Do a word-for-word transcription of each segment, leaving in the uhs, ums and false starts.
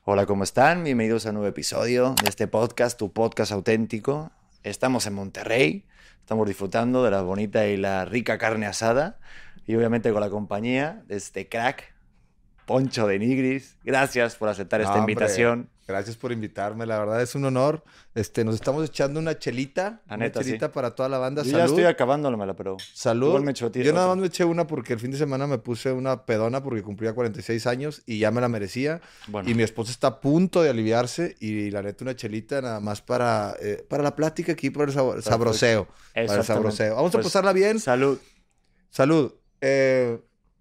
Hola, ¿cómo están? Bienvenidos a un nuevo episodio de este podcast, tu podcast auténtico. Estamos en Monterrey, estamos disfrutando de la bonita y la rica carne asada y obviamente con la compañía de este crack, Poncho de Nigris. Gracias por aceptar esta No, hombre, invitación. gracias por invitarme, la verdad es un honor. Este, nos estamos echando una chelita, La una neta, sí. chelita para toda la banda. Yo ya estoy Salud, acabándomela, pero igual salud. me echo Yo nada otra. más me eché una porque el fin de semana me puse una pedona porque cumplía cuarenta y seis años y ya me la merecía. Bueno, Y mi esposa está a punto de aliviarse y la neta una chelita nada más para, eh, para la plática aquí, para el sabo- perfecto. sabroseo. Para el Exactamente. sabroseo. Vamos a Pues, pasarla bien. salud. Salud. Eh,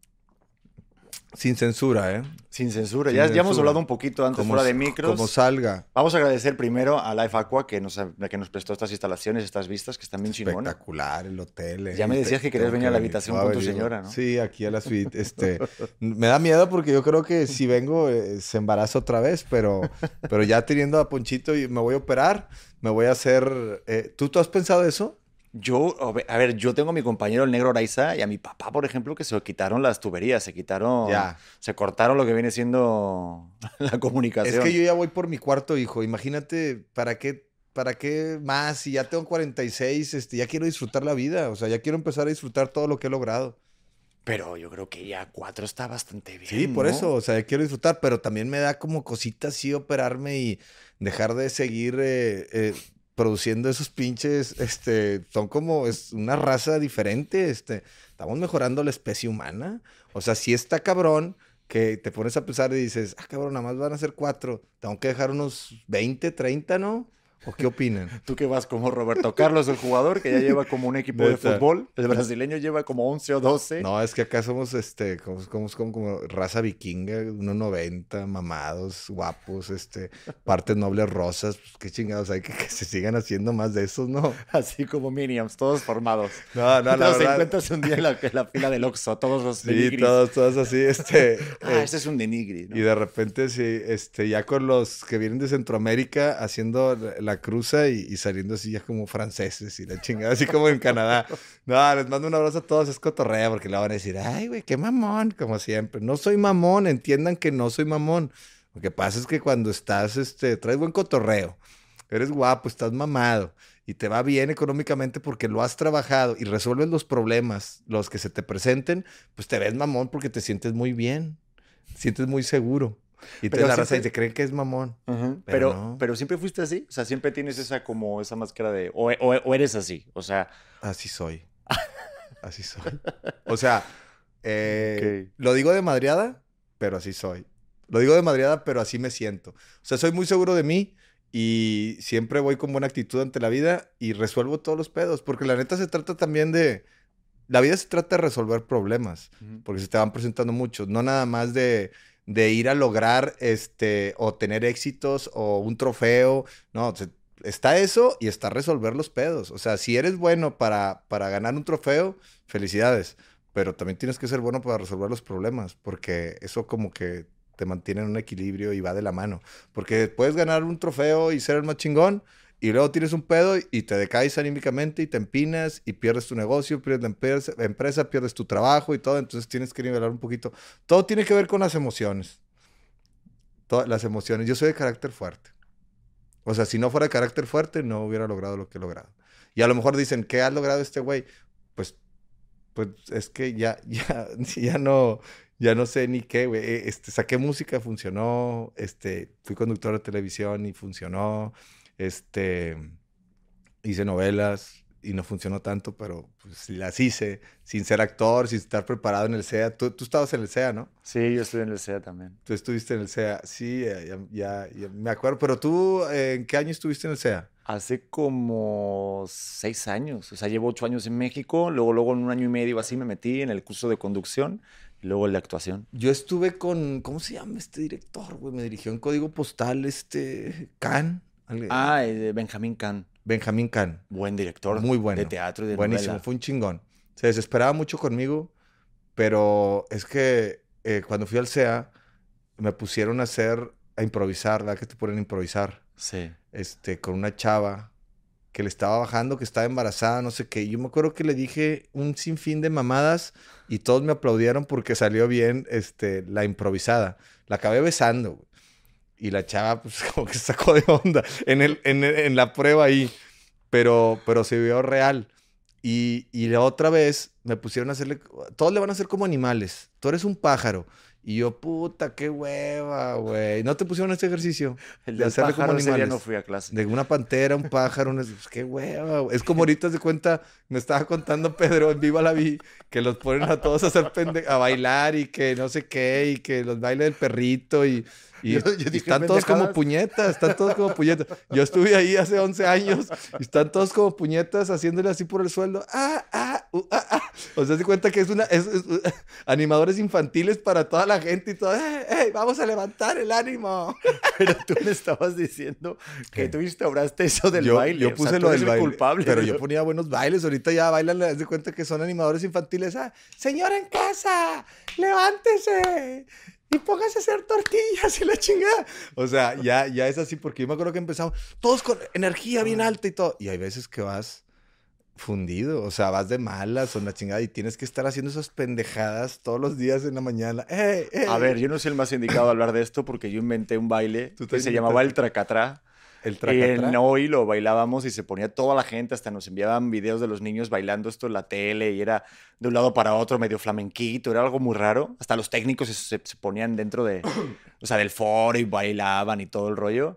sin censura, ¿eh? Sin censura. Sin Ya, ya hemos censura. hablado un poquito antes Como, fuera de s- micros. como salga. Vamos a agradecer primero a Life Aqua que nos, que nos prestó estas instalaciones, estas vistas, que están bien chingonas. Espectacular el hotel. eh. Ya me decías Te- que querías tengo venir a la venir. habitación Voy a con tu venir. señora, ¿no? Sí, aquí a la suite. Este, me da miedo porque yo creo que si vengo eh, se embaraza otra vez, pero, pero ya teniendo a Ponchito y me voy a operar, me voy a hacer... eh, ¿tú, ¿Tú has pensado eso? Yo, a ver, yo tengo a mi compañero el negro Araiza y a mi papá, por ejemplo, que se quitaron las tuberías, se quitaron, Ya. se cortaron lo que viene siendo la Es comunicación. que yo ya voy por mi cuarto hijo. Imagínate, ¿para qué, para qué más? Si ya tengo cuarenta y seis, este, ya quiero disfrutar la vida. O sea, ya quiero empezar a disfrutar todo lo que he logrado. Pero yo creo que ya cuatro está bastante bien, Sí, por ¿no? eso, o sea, ya quiero disfrutar, pero también me da como cositas sí operarme y dejar de seguir eh, eh, produciendo esos pinches, este, son como, es una raza diferente, este, estamos mejorando la especie humana, o sea, sí está cabrón que te pones a pensar y dices, ah, cabrón, nada más van a ser cuatro, tengo que dejar unos veinte, treinta, ¿no? ¿O qué opinan? Tú que vas como Roberto Carlos, el jugador, que ya lleva como un equipo de Neta. fútbol, el brasileño lleva como once o doce. No, es que acá somos, este, como, como, como, como raza vikinga, uno noventa, mamados, guapos, este, partes nobles rosas, pues qué chingados hay que, que se sigan haciendo más de esos, ¿no? Así como Minions, todos formados. No, no, Te la los verdad. encuentras un día en la, en la fila del Oxxo, todos los de Sí, Nigris. todos, todos así, este. Ah, eh, este es un de Nigris, ¿no? y de repente, sí, este, ya con los que vienen de Centroamérica haciendo la, la cruza y, y saliendo así ya como franceses y la chingada, así como en Canadá. No, les mando un abrazo a todos, es cotorrea, porque le van a decir, ay, güey, qué mamón, como siempre. No soy mamón, entiendan que no soy mamón. Lo que pasa es que cuando estás, este, traes buen cotorreo, eres guapo, estás mamado y te va bien económicamente porque lo has trabajado y resuelves los problemas, los que se te presenten, pues te ves mamón porque te sientes muy bien, te sientes muy seguro. Y te Pero la raza siempre- y te creen que es mamón. Ujú. Pero Pero, no. pero siempre fuiste así, o sea, siempre tienes esa como esa máscara de, o, o- o eres así, o sea, Así soy. Así soy. O sea, eh, Ok. lo digo de madreada, pero así soy. Lo digo de madreada, pero así me siento. O sea, soy muy seguro de mí y siempre voy con buena actitud ante la vida y resuelvo todos los pedos, porque la neta se trata también de... La vida se trata de resolver problemas, Ujú. porque se te van presentando muchos, no nada más de, de ir a lograr este, o tener éxitos o un trofeo, no, se- está eso y está resolver los pedos. O sea, si eres bueno para, para ganar un trofeo, felicidades, pero también tienes que ser bueno para resolver los problemas, porque eso como que te mantiene en un equilibrio y va de la mano. Porque puedes ganar un trofeo y ser el más chingón, y luego tienes un pedo y te decaes anímicamente y te empinas y pierdes tu negocio, pierdes la empresa, empresa, pierdes tu trabajo y todo. Entonces tienes que nivelar un poquito. Todo tiene que ver con las emociones. Todas las emociones. Yo soy de carácter fuerte. O sea, si no fuera de carácter fuerte, no hubiera logrado lo que he logrado. Y a lo mejor dicen, ¿qué ha logrado este güey? Pues, pues es que ya, ya, ya no, ya no sé ni qué, güey. Eh, Este, saqué música, funcionó. Este, fui conductor de televisión y funcionó. Este, hice novelas y no funcionó tanto, pero pues las hice sin ser actor, sin estar preparado en el S E A. Tú, tú estabas en el S E A, ¿no? Sí, yo estoy en el C E A también. Tú estuviste en el S E A. Sí, ya, ya, ya- ya me acuerdo. Pero tú, eh, ¿en qué año estuviste en el S E A? Hace como seis años, o sea, llevo ocho años en México, luego, luego en un año y medio así me metí en el curso de conducción y luego el de actuación. Yo estuve con, ¿cómo se llama este director, güey? Me dirigió en código postal, este, Can. Ale- Ah, eh, de Benjamín Can, Benjamín Can. buen director Muy bueno. de teatro y de Buenísimo, novela. fue un chingón. Se desesperaba mucho conmigo, pero es que eh, cuando fui al S E A me pusieron a hacer, a improvisar, ¿verdad? Que te ponen a improvisar, Sí. este, con una chava que le estaba bajando, que estaba embarazada, no sé qué. Y yo me acuerdo que le dije un sinfín de mamadas y todos me aplaudieron porque salió bien, este, la improvisada. La acabé besando, güey. y la chava, pues, como que sacó de onda en, el, en, el- en la prueba ahí. Pero, pero se vio real. Y, y la otra vez me pusieron a hacerle... Todos le van a hacer como animales. Tú eres un pájaro. Y yo, puta, qué hueva, güey. ¿No te pusieron este ejercicio? El De del hacerle como pájaro ese día animales. no fui a clase. De una pantera, un pájaro, un... pues, qué hueva, güey. Es como ahorita se cuenta, me estaba contando Pedro en Viva la Vi, que los ponen a todos a hacer pende... a bailar y que no sé qué, y que los baile del perrito y... Y, Yo- yo y dije están todos como pendejadas. puñetas, están todos como puñetas. Yo estuve ahí hace once años y están todos como puñetas haciéndole así por el suelo. Ah, ah, uh, ah, ah. O sea, se cuenta que es una... Es, es- uh, animadores infantiles para toda la gente y todo. ¡Ey, ey, vamos a levantar el ánimo! Pero tú me estabas diciendo que ¿Qué? tú instauraste eso del yo, baile. yo O sea, puse tú lo eres del el baile. culpable. Pero yo ponía buenos bailes. Ahorita ya bailan, haz de cuenta que son animadores infantiles. Ah, señora en casa, levántese y póngase a hacer tortillas y la chingada. O sea, ya, ya es así porque yo me acuerdo que empezamos todos con energía bien alta y todo. Y hay veces que vas fundido, o sea, vas de malas o la chingada y tienes que estar haciendo esas pendejadas todos los días en la mañana. ¡Ey, ey! A ver, yo no soy el más indicado a hablar de esto porque yo inventé un baile Tú que te se llamaba el inventaste. tracatrá. El Y tracatrá. en hoy lo bailábamos y se ponía toda la gente, hasta nos enviaban videos de los niños bailando esto en la tele y era de un lado para otro medio flamenquito, era algo muy raro. Hasta los técnicos se, se- se ponían dentro de, o sea, del foro y bailaban y todo el rollo.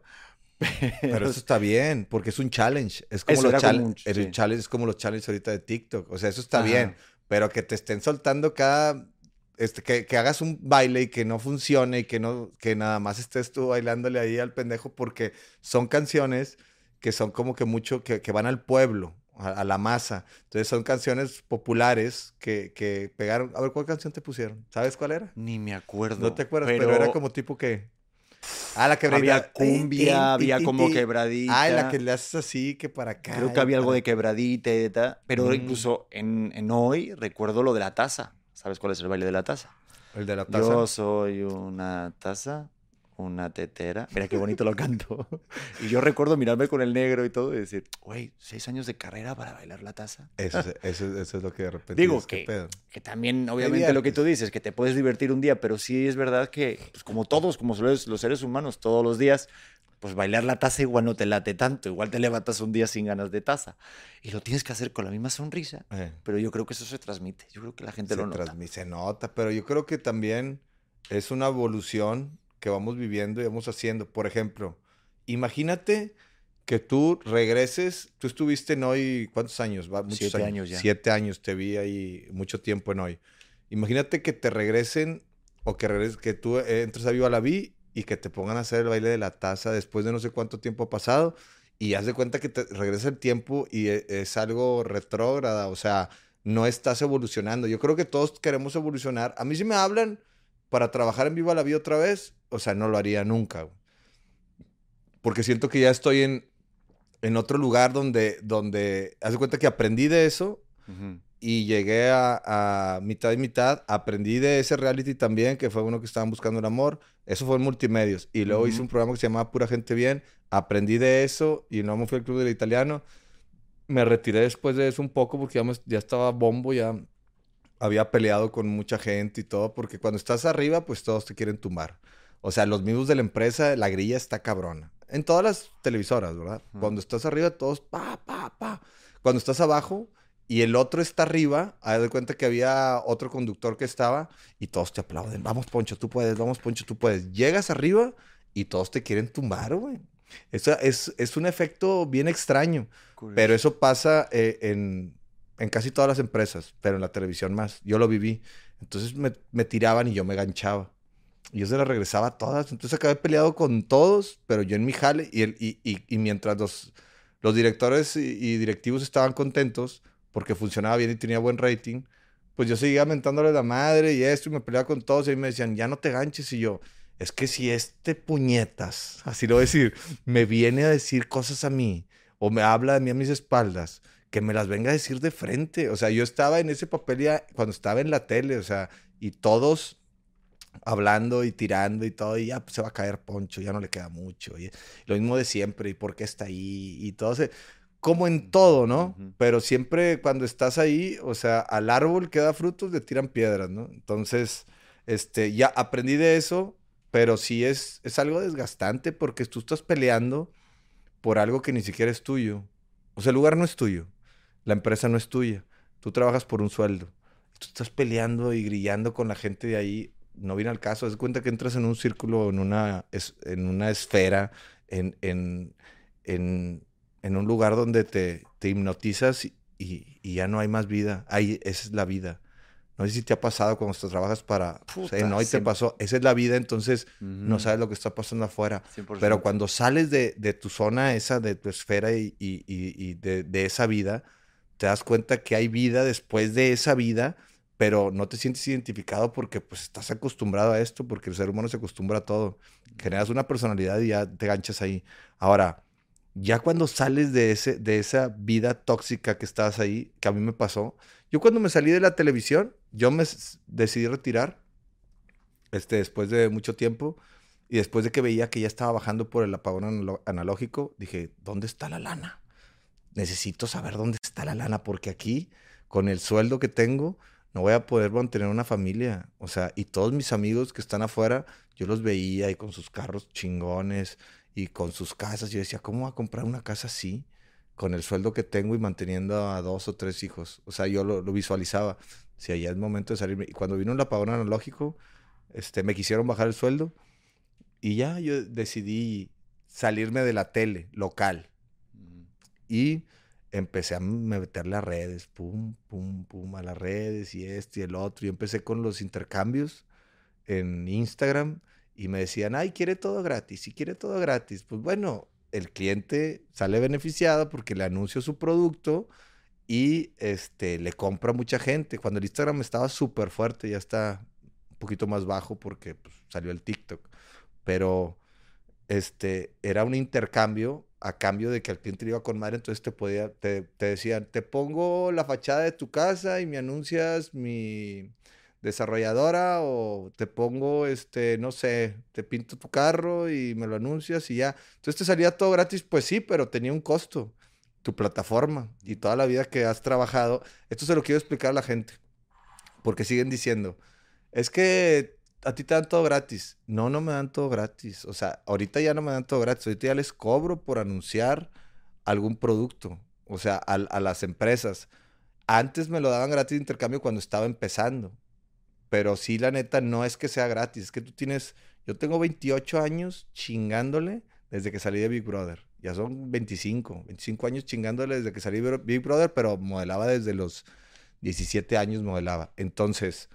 Pero eso está bien, porque es un challenge. Es como Eso los era chal- como un- el sí. challenge es como los challenges ahorita de TikTok. O sea, eso está Ajá. bien. Pero que te estén soltando cada. Este, que, que hagas un baile y que no funcione y que no, que nada más estés tú bailándole ahí al pendejo, porque son canciones que son como que mucho, que, que van al pueblo, a, a la masa. Entonces son canciones populares que, que pegaron. A ver, ¿cuál canción te pusieron? ¿Sabes cuál era? Ni me acuerdo. No te acuerdas, pero, era como tipo que. Ah, la Había quebradita. cumbia, había como quebradita. quebradita. Ah, la que le haces así, que para acá. Creo que y había algo para de acá. quebradita y de tal. Pero Mm. incluso en, en hoy recuerdo lo de la taza. ¿Sabes cuál es el baile de la taza? El de la taza. Yo soy una taza, una tetera. Mira qué bonito lo canto. Y yo recuerdo mirarme con el negro y todo y decir, güey, seis años de carrera para bailar la taza. Eso, es- eso, es- eso es lo que de repente Digo dices, ¿qué que, pedo? que también, obviamente, lo que diviertes. tú dices, que te puedes divertir un día, pero sí es verdad que, pues, como todos, como los, los seres humanos, todos los días, pues bailar la taza igual no te late tanto, igual te levantas un día sin ganas de taza. Y lo tienes que hacer con la misma sonrisa, Eh, pero yo creo que eso se transmite, yo creo que la gente se, lo nota. transmi- se nota, pero yo creo que también es una evolución que vamos viviendo y vamos haciendo. Por ejemplo, imagínate que tú regreses, tú estuviste en hoy, ¿cuántos años? Va, muchos Siete años ya. Siete años, te vi ahí mucho tiempo en hoy. Imagínate que te regresen o que, regres- que tú eh, entres a Viva la Vi y que te pongan a hacer el baile de la taza después de no sé cuánto tiempo ha pasado y haz de cuenta que te regresa el tiempo y e- es algo retrógrada, o sea, no estás evolucionando. Yo creo que todos queremos evolucionar. A mí si me hablan para trabajar en Viva la Vi otra vez, o sea, no lo haría nunca, güey. Porque siento que ya estoy en, en otro lugar donde, donde, haz de cuenta que aprendí de eso Ujú. y llegué a, a mitad y mitad. Aprendí de ese reality también, que fue uno que estaban buscando el amor. Eso fue en multimedios. Y luego hice Ujú. un programa que se llamaba Pura Gente Bien. Aprendí de eso y luego me fui al Club del Italiano. Me retiré después de eso un poco porque ya, me- ya estaba bombo, ya había peleado con mucha gente y todo, porque cuando estás arriba, pues todos te quieren tumbar. O sea, los mismos de la empresa, la grilla está cabrona. En todas las televisoras, ¿verdad? Ujú. Cuando estás arriba, todos pa, pa, pa. Cuando estás abajo y el otro está arriba, haz de cuenta que había otro conductor que estaba y todos te aplauden. Vamos, Poncho, tú puedes, vamos, Poncho, tú puedes. Llegas arriba y todos te quieren tumbar, güey. Eso es, es un efecto bien extraño. Curioso. Pero eso pasa eh, en, en casi todas las empresas, pero en la televisión más. Yo lo viví. Entonces me, me tiraban y yo me ganchaba. Y yo se las regresaba a todas. Entonces acabé peleado con todos, pero yo en mi jale. Y, el, y, y, y mientras los, los directores y, y directivos estaban contentos porque funcionaba bien y tenía buen rating, pues yo seguía mentándole la madre y esto y me peleaba con todos. Y ahí me decían, ya no te ganches. Y yo, es que si este puñetas, así lo voy a decir, me viene a decir cosas a mí o me habla de mí a mis espaldas, que me las venga a decir de frente. O sea, yo estaba en ese papel ya cuando estaba en la tele, o sea, y todos hablando y tirando y todo, y ya pues, se va a caer Poncho, ya no le queda mucho. Y lo mismo de siempre, y por qué está ahí, y todo se... Como en todo, ¿no? Ujú. Pero siempre cuando estás ahí, o sea, al árbol que da frutos le tiran piedras, ¿no? Entonces, este, ya aprendí de eso, pero sí es, es algo desgastante porque tú estás peleando por algo que ni siquiera es tuyo. O sea, el lugar no es tuyo, la empresa no es tuya, tú trabajas por un sueldo. Tú estás peleando y grillando con la gente de ahí, no viene al caso. Haz de cuenta que entras en un círculo, en una, es- en una esfera, en, en, en, en un lugar donde te, te hipnotizas y, y- y ya no hay más vida. Ahí, esa es la vida. No sé si te ha pasado cuando tú trabajas para, o sea, Puta, no, y te cien- pasó, esa es la vida, entonces no Ujú, sabes lo que está pasando afuera. cien por Pero ciento. cuando sales de, de tu zona esa, de tu esfera y, y- y- y de, de esa vida, te das cuenta que hay vida después de esa vida, pero no te sientes identificado porque pues estás acostumbrado a esto, porque el ser humano se acostumbra a todo. Generas una personalidad y ya te ganchas ahí. Ahora, ya cuando sales de ese, de esa vida tóxica que estabas ahí, que a mí me pasó, yo cuando me salí de la televisión, yo me s- decidí retirar, este, después de mucho tiempo, y después de que veía que ya estaba bajando por el apagón analo- analógico, dije, ¿dónde está la lana? Necesito saber dónde está la lana, porque aquí, con el sueldo que tengo, no voy a poder mantener una familia. O sea, y todos mis amigos que están afuera, yo los veía y con sus carros chingones y con sus casas. Yo decía, ¿cómo voy a comprar una casa así? Con el sueldo que tengo y manteniendo a dos o tres hijos. O sea, yo lo, lo visualizaba. Si allá es momento de salirme. Y cuando vino el apagón analógico, este, me quisieron bajar el sueldo y ya yo decidí salirme de la tele local. Ujú. Y empecé a meterle a redes, pum, pum, pum, a las redes y este y el otro. Y empecé con los intercambios en Instagram y me decían, ay, quiere todo gratis, y quiere todo gratis. Pues bueno, el cliente sale beneficiado porque le anuncio su producto y este, le compra mucha gente. Cuando el Instagram estaba súper fuerte, ya está un poquito más bajo porque pues, salió el TikTok. Pero este, era un intercambio a cambio de que al cliente le iba con madre, entonces te podía, te, te decían, te pongo la fachada de tu casa y me anuncias mi desarrolladora, o te pongo, este, no sé, te pinto tu carro y me lo anuncias y ya. Entonces te salía todo gratis, pues sí, pero tenía un costo, tu plataforma y toda la vida que has trabajado. Esto se lo quiero explicar a la gente, porque siguen diciendo, es que a ti te dan todo gratis. No, no me dan todo gratis. O sea, ahorita ya no me dan todo gratis. Ahorita ya les cobro por anunciar algún producto. O sea, a, a las empresas. Antes me lo daban gratis de intercambio cuando estaba empezando. Pero sí, la neta, no es que sea gratis. Es que tú tienes... Yo tengo veintiocho años chingándole desde que salí de Big Brother. Ya son veinticinco, veinticinco años chingándole desde que salí de Big Brother, pero modelaba desde los diecisiete años, modelaba. Entonces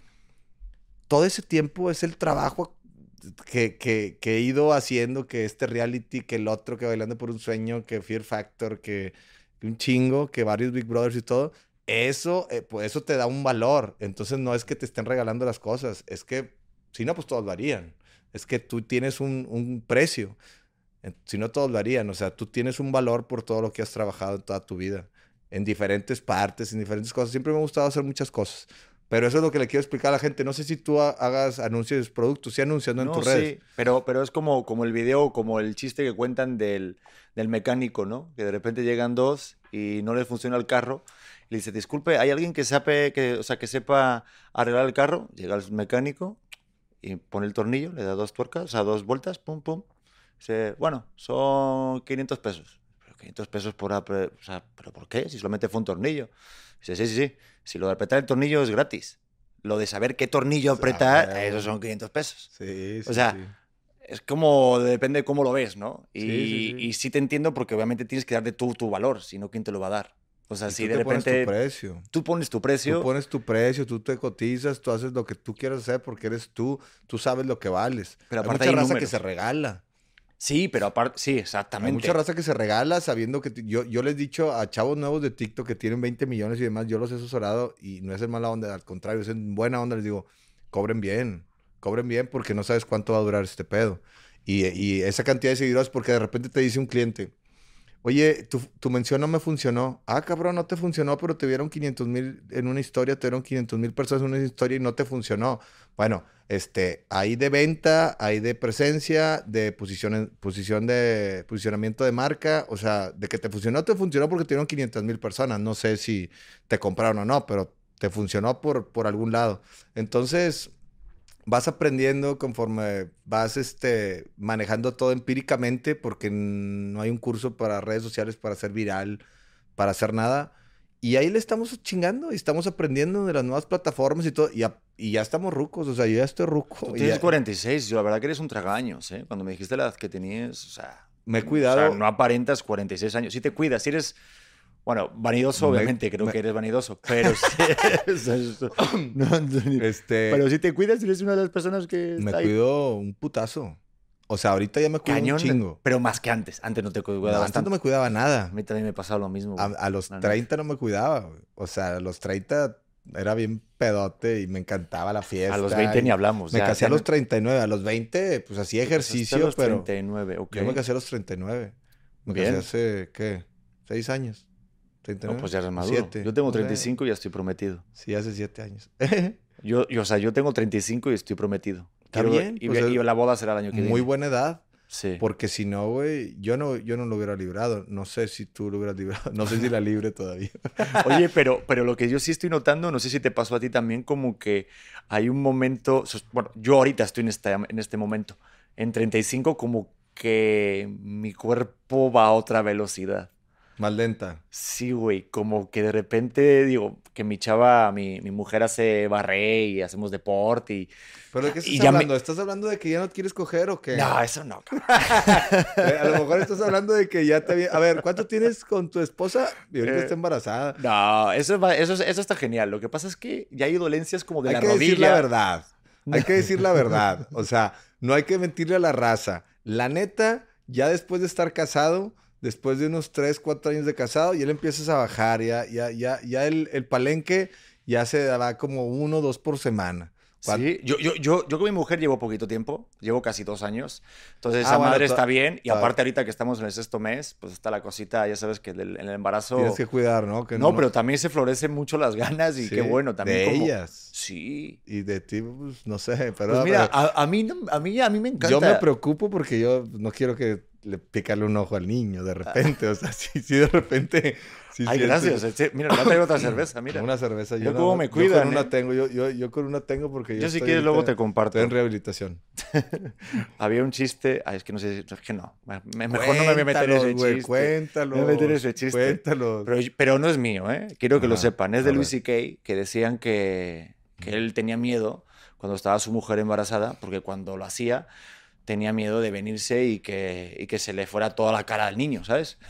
todo ese tiempo es el trabajo que, que, que he ido haciendo, que este reality, que el otro, que Bailando por un Sueño, que Fear Factor, que, que un chingo, que varios Big Brothers y todo. Eso, eh, pues eso te da un valor. Entonces no es que te estén regalando las cosas, es que, si no, pues todos lo harían. Es que tú tienes un, un precio. En- Si no, todos lo harían. O sea, tú tienes un valor por todo lo que has trabajado en toda tu vida, en diferentes partes, en diferentes cosas. Siempre me ha gustado hacer muchas cosas. Pero eso es lo que le quiero explicar a la gente. No sé si tú ha- hagas anuncios de productos, sí anunciando en No, tus redes. sí, pero, pero es como, como el video, como el chiste que cuentan del, del mecánico, ¿no? Que de repente llegan dos y no les funciona el carro. Y le dice, disculpe, ¿hay alguien que sabe, que, o sea, que sepa arreglar el carro? Llega el mecánico y pone el tornillo, le da dos tuercas, o sea, dos vueltas, pum, pum. Dice, bueno, son quinientos pesos. Pero quinientos pesos por, apre- o sea, ¿pero por qué? Si solamente fue un tornillo. Dice, sí, sí, sí. Si lo de apretar el tornillo es gratis. Lo de saber qué tornillo A apretar, esos huevo. son quinientos pesos. Sí, O sí, sea, sí. es como, depende de cómo lo ves, ¿no? Sí, sí, Y, sí. y sí te entiendo porque obviamente tienes que darte tú tu valor, si no, ¿quién te lo va a dar? O sea, Y si tú de te pones tu repente precio. tú pones tu Tú precio, pones tu precio, tú te cotizas, tú haces lo que tú quieras hacer porque eres tú, tú sabes lo que vales. pero Hay aparte mucha hay raza que se números. regala. Sí, pero aparte, sí, Hay mucha exactamente. raza que se regala sabiendo que... ti- Yo, yo les he dicho a chavos nuevos de TikTok que tienen veinte millones y demás, yo los he asesorado y no es en mala onda, al contrario, es en buena onda. Les digo, cobren bien, cobren bien porque no sabes cuánto va a durar este pedo. Y, y esa cantidad de seguidores porque de repente te dice un cliente, oye, tu, tu mención no me funcionó. Ah, cabrón, no te funcionó, pero te vieron quinientos mil en una historia, te vieron quinientos mil personas en una historia y no te funcionó. Bueno, este, hay de venta, hay de presencia, de posición, en- posición de posicionamiento de marca. O sea, de que te funcionó, te funcionó porque te vieron quinientas mil personas. No sé si te compraron o no, pero te funcionó por, por algún lado. Entonces, vas aprendiendo conforme vas este, manejando todo empíricamente, porque no hay un curso para redes sociales para ser viral, para hacer nada. Y ahí le estamos chingando y estamos aprendiendo de las nuevas plataformas y todo. Y ya, y ya estamos rucos, o sea, yo ya estoy ruco. Tú y tienes ya- cuarenta y seis, yo la verdad que eres un tragaños, ¿eh? Cuando me dijiste la edad que tenías, o sea, me he o cuidado. sea, no aparentas cuarenta y seis años. Si te cuidas, si eres, bueno, vanidoso, Me- obviamente, creo me- que eres vanidoso, pero sí, o sea, eso- no, no, Este, pero si te cuidas, eres una de las personas que me está ahí cuido un putazo. O sea, ahorita ya me cuido un cañón, chingo. pero más que antes. Antes no te No, cuidabas antes no tanto. me cuidaba A nada. mí también me pasaba lo mismo, A, güey. a los La neta. treinta no me cuidaba, güey. O sea, a los treinta era bien pedote y me encantaba la fiesta. A los veinte y ni hablamos. Me ya- casé ya a los no- treinta y nueve. A los veinte, pues hacía te casaste ejercicio, a los pero treinta y nueve, ok. yo me casé a los treinta y nueve. Me Bien. casé hace, ¿qué? ¿Seis años? treinta y No, nueve. pues ya eres maduro. Siete. Yo tengo No sé. treinta y cinco y ya estoy prometido. Sí, hace siete años. Yo, yo, o sea, yo tengo treinta y cinco y estoy prometido. Está Quiero- bien, Y, pues ve- y es la boda será el año que viene. Muy buena edad. Sí. Porque si no, güey, yo no, yo no lo hubiera librado. No sé si tú lo hubieras librado. No sé si la libre todavía. Oye, pero, pero lo que yo sí estoy notando, no sé si te pasó a ti también, como que hay un momento, sos- bueno, yo ahorita estoy en este, en este momento, en treinta y cinco como que mi cuerpo va a otra velocidad. Más lenta. Sí, güey, como que de repente digo que mi chava, mi, mi mujer hace barre y hacemos deporte y... ¿Pero de qué Y estás ya me- hablando? ¿Estás hablando de que ya no quieres coger o qué? No, eso no, cabrón. Eh, A lo mejor estás hablando de que ya te había... A ver, ¿cuánto tienes con tu esposa? Y ahorita Eh, está embarazada. No, eso, va- eso, es- eso está genial. Lo que pasa es que ya hay dolencias como de Hay la que rodilla. decir la verdad. Hay que decir la verdad. O sea, no hay que mentirle a la raza. La neta, ya después de estar casado, después de unos tres, cuatro años de casado, ya le empiezas a bajar. Ya, ya, ya, ya el, el palenque ya se va como uno o dos por semana. Cuan- Sí, yo, yo, yo, yo con mi mujer llevo poquito tiempo, llevo casi dos años, entonces Ah, esa bueno, madre to- está bien y to- aparte ahorita que estamos en el sexto mes, pues está la cosita, ya sabes que del- en el embarazo... Tienes que cuidar, ¿no? Que No, pero también se florecen mucho las ganas y Sí, qué bueno, también de como... ellas. Sí. Y de ti, pues, no sé, pero... Pues mira, pero a, a mí, no- a, mí, a mí me encanta. yo me preocupo porque yo no quiero que le picarle un ojo al niño de repente. O sea, si, si de repente... sí Ay, sientes- gracias. este, Mira, ya traigo otra cerveza, mira. Una cerveza. Yo Yo, cómo no- me yo cuidan, con una ¿eh? tengo, yo, yo, yo con una tengo porque yo Yo si estoy quieres luego ahorita- te comparto. Estoy en rehabilitación. Había un chiste, ay, es que no sé, es que no, me- me- mejor no me voy a meter en ese Cuéntalos, güey, chiste. Cuéntalo. Me voy a meter en ese chiste. Cuéntalo. Pero, pero no es mío, ¿eh? Quiero que lo Ajá, sepan. Es a de ver. Louis C K, que decían que, que él tenía miedo cuando estaba su mujer embarazada, porque cuando lo hacía tenía miedo de venirse y que, y que se le fuera toda la cara al niño, ¿sabes?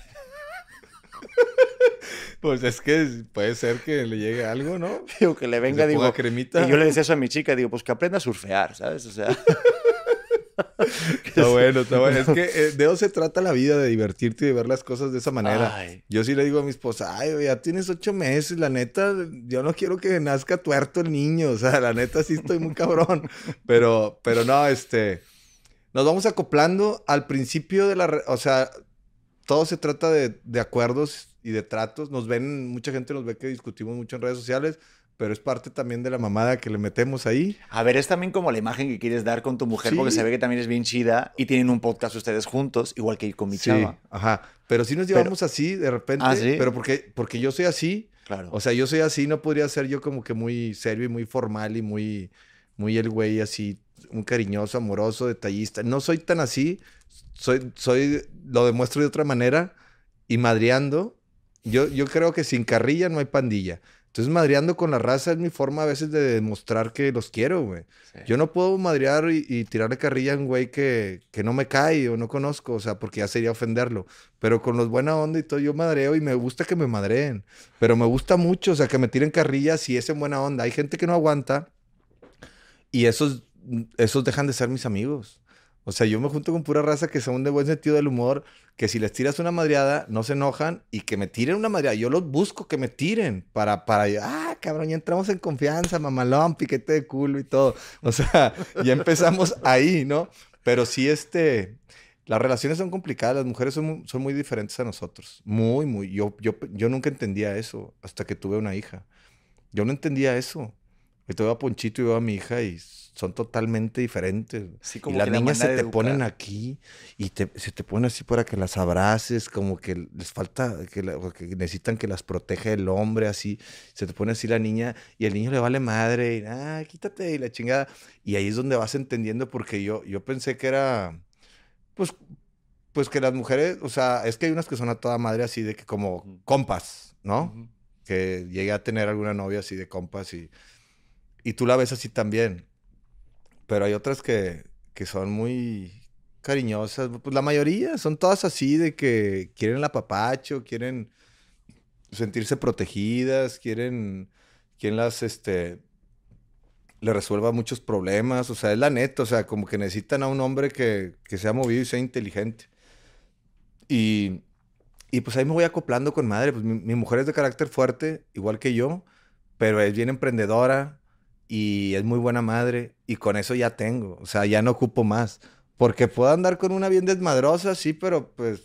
Pues es que puede ser que le llegue algo, ¿no? Digo, que le venga, se digo... ponga cremita. Y yo le decía eso a mi chica, digo, pues que aprenda a surfear, ¿sabes? O sea... Está bueno, está bueno. Es que eh, de eso se trata la vida, de divertirte y de ver las cosas de esa manera. Ay. Yo sí le digo a mi esposa, ay, güey, ya tienes ocho meses, la neta, yo no quiero que nazca tuerto el niño, o sea, la neta sí estoy muy cabrón. Pero, pero no, este, nos vamos acoplando al principio de la, re- o sea, todo se trata de, de acuerdos y de tratos. Nos ven, mucha gente nos ve que discutimos mucho en redes sociales, pero es parte también de la mamada que le metemos ahí. A ver, es también como la imagen que quieres dar con tu mujer, Sí. porque se ve que también es bien chida y tienen un podcast ustedes juntos, igual que con mi Sí, chava. ajá. Pero sí nos llevamos así de repente. Ah, ¿sí? Pero porque, porque yo soy así. Claro. O sea, yo soy así, no podría ser yo como que muy serio y muy formal y muy, muy el güey así, un cariñoso, amoroso, detallista. No soy tan así. Soy, soy, lo demuestro de otra manera y madreando. Yo, yo creo que sin carrilla no hay pandilla. Entonces, madreando con la raza es mi forma a veces de demostrar que los quiero, güey. Sí. Yo no puedo madrear y, y tirarle carrilla a un güey que, que no me cae o no conozco, o sea, porque ya sería ofenderlo. Pero con los buena onda y todo, yo madreo y me gusta que me madreen. Pero me gusta mucho, o sea, que me tiren carrilla si es en buena onda. Hay gente que no aguanta y esos, esos dejan de ser mis amigos. O sea, yo me junto con pura raza que son de buen sentido del humor, que si les tiras una madreada, no se enojan y que me tiren una madreada. Yo los busco que me tiren para, para, ah, cabrón, ya entramos en confianza, mamalón, piquete de culo y todo. O sea, ya empezamos ahí, ¿no? Pero sí, este, las relaciones son complicadas, las mujeres son, mu- son muy diferentes a nosotros. Muy, muy. Yo, yo, yo nunca entendía eso hasta que tuve una hija. Yo no entendía eso. Ahorita veo a Ponchito y veo a mi hija y son totalmente diferentes. Sí, Y como las que la niñas se manera de te ponen educar. aquí y te, se te ponen así para que las abraces, como que les falta, que, la- o que necesitan que las proteja el hombre, así. Se te pone así la niña y el niño le vale madre y, ah, quítate y la chingada. Y ahí es donde vas entendiendo porque yo, yo pensé que era, pues, pues que las mujeres, o sea, es que hay unas que son a toda madre así de que como Ujú, compas, ¿no? ujú. Que llegué a tener alguna novia así de compas y, y tú la ves así también. Pero hay otras que, que son muy cariñosas. Pues la mayoría son todas así de que quieren el apapacho, quieren sentirse protegidas, quieren quien las, este, le resuelva muchos problemas. O sea, es la neta, o sea, como que necesitan a un hombre que, que sea movido y sea inteligente. Y, y pues ahí me voy acoplando con madre. Pues mi, mi mujer es de carácter fuerte, igual que yo, pero es bien emprendedora y es muy buena madre y con eso ya tengo, o sea, ya no ocupo más, porque puedo andar con una bien desmadrosa, sí, pero pues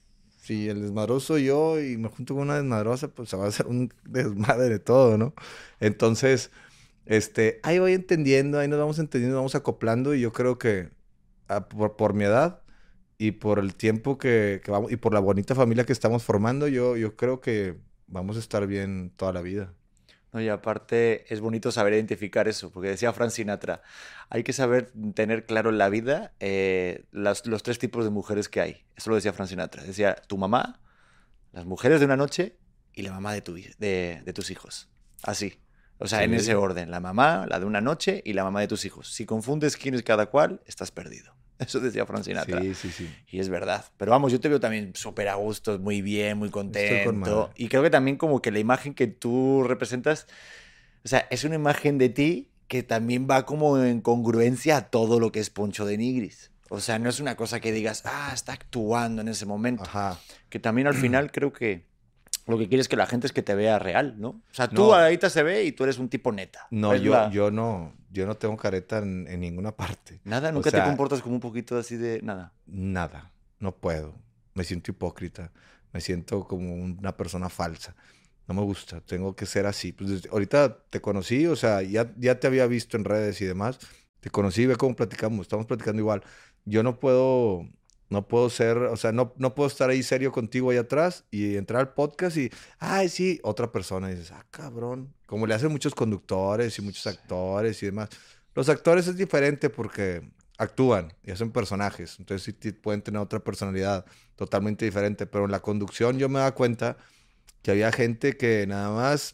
si el desmadroso soy yo y me junto con una desmadrosa, pues se va a hacer un desmadre de todo, ¿no? Entonces, este, ahí voy entendiendo, ahí nos vamos entendiendo, vamos acoplando y yo creo que ah, por, por mi edad y por el tiempo que, que vamos y por la bonita familia que estamos formando, yo, yo creo que vamos a estar bien toda la vida. No, y aparte es bonito saber identificar eso, porque decía Frank Sinatra, hay que saber tener claro en la vida eh, las- los tres tipos de mujeres que hay. Eso lo decía Frank Sinatra. Decía tu mamá, las mujeres de una noche y la mamá de, tu, hi- de, de tus hijos. Así. O sea, en ese Sí. orden. La mamá, la de una noche y la mamá de tus hijos. Si confundes quién es cada cual, estás perdido. Eso decía Frank Sinatra. Sí, sí, sí. Y es verdad. Pero vamos, yo te veo también súper a gusto, muy bien, muy Estoy con contento. madre. Y creo que también como que la imagen que tú representas, o sea, es una imagen de ti que también va como en congruencia a todo lo que es Poncho de Nigris. O sea, no es una cosa que digas, ah, está actuando en ese momento. Ajá. Que también al final creo que lo que quieres que la gente es que te vea real, ¿no? O sea, tú No, ahorita se ve y tú eres un tipo neta. no, Es yo, la... yo no, yo no tengo careta en, en ninguna parte. Nada, O nunca te sea, comportas como un poquito así de nada. nada, no puedo. Me siento hipócrita, me siento como una persona falsa. No me gusta, tengo que ser así. Pues desde- ahorita te conocí, o sea, ya, ya te había visto en redes y demás. Te conocí, ve cómo platicamos, estamos platicando igual. Yo no puedo, no puedo ser, o sea, no, no puedo estar ahí serio contigo ahí atrás y entrar al podcast y, ay, sí, otra persona. Y dices, ah, cabrón. Como le hacen muchos conductores y muchos Sí. actores y demás. Los actores es diferente porque actúan y hacen personajes, entonces sí ti- pueden tener otra personalidad totalmente diferente, pero en la conducción yo me daba cuenta que había gente que nada más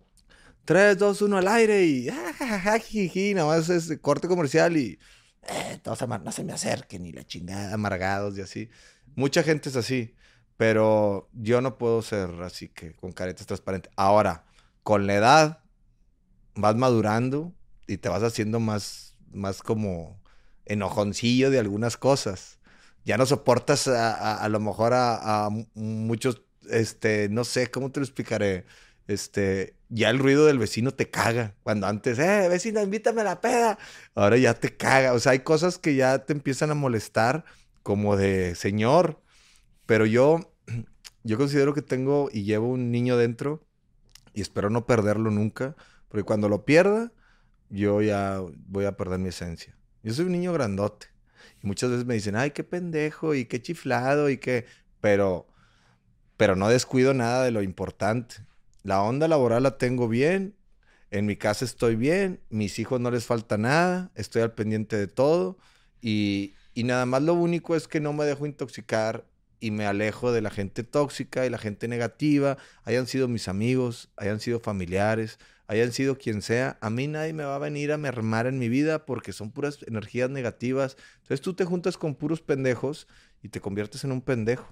tres, dos, uno al aire y ah, ja, ja, ja, jiji, nada más es corte comercial y eh, todos ama- no se me acerquen y la chingada, amargados y así. Mucha gente es así, pero yo no puedo ser así que con caretas transparentes. Ahora, con la edad vas madurando y te vas haciendo más, más como enojoncillo de algunas cosas. Ya no soportas a, a, a lo mejor a, a muchos, este, no sé, ¿cómo te lo explicaré? Este, ya el ruido del vecino te caga. Cuando antes, eh, vecino, invítame a la peda. Ahora ya te caga. O sea, hay cosas que ya te empiezan a molestar como de señor. Pero yo, yo considero que tengo y llevo un niño dentro y espero no perderlo nunca, porque cuando lo pierda, yo ya voy a perder mi esencia. Yo soy un niño grandote y muchas veces me dicen, ay, qué pendejo y qué chiflado y qué, pero, pero no descuido nada de lo importante. La onda laboral la tengo bien, en mi casa estoy bien, mis hijos no les falta nada, estoy al pendiente de todo y, y nada más lo único es que no me dejo intoxicar y me alejo de la gente tóxica y la gente negativa, hayan sido mis amigos, hayan sido familiares, hayan sido quien sea, a mí nadie me va a venir a mermar en mi vida porque son puras energías negativas. Entonces tú te juntas con puros pendejos y te conviertes en un pendejo.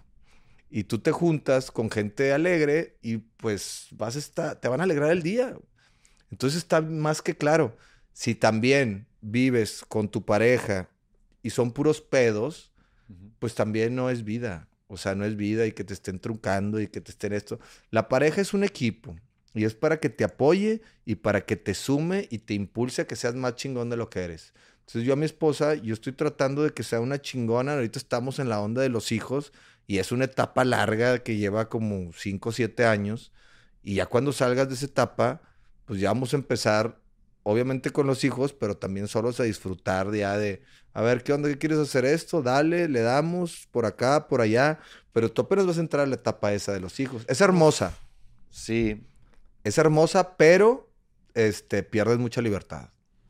Y tú te juntas con gente alegre y pues vas a estar, te van a alegrar el día. Entonces está más que claro, si también vives con tu pareja y son puros pedos, Ujú. pues también no es vida. O sea, no es vida y que te estén truncando y que te estén esto. La pareja es un equipo y es para que te apoye y para que te sume y te impulse a que seas más chingón de lo que eres. Entonces yo a mi esposa, yo estoy tratando de que sea una chingona. Ahorita estamos en la onda de los hijos y es una etapa larga que lleva como cinco o siete años. Y ya cuando salgas de esa etapa, pues ya vamos a empezar obviamente con los hijos, pero también solos a disfrutar ya de, a ver, ¿qué onda? ¿Qué quieres hacer esto? Dale, le damos por acá, por allá, pero tú apenas vas a entrar a la etapa esa de los hijos. Es hermosa, Sí, es hermosa, pero este, pierdes mucha libertad.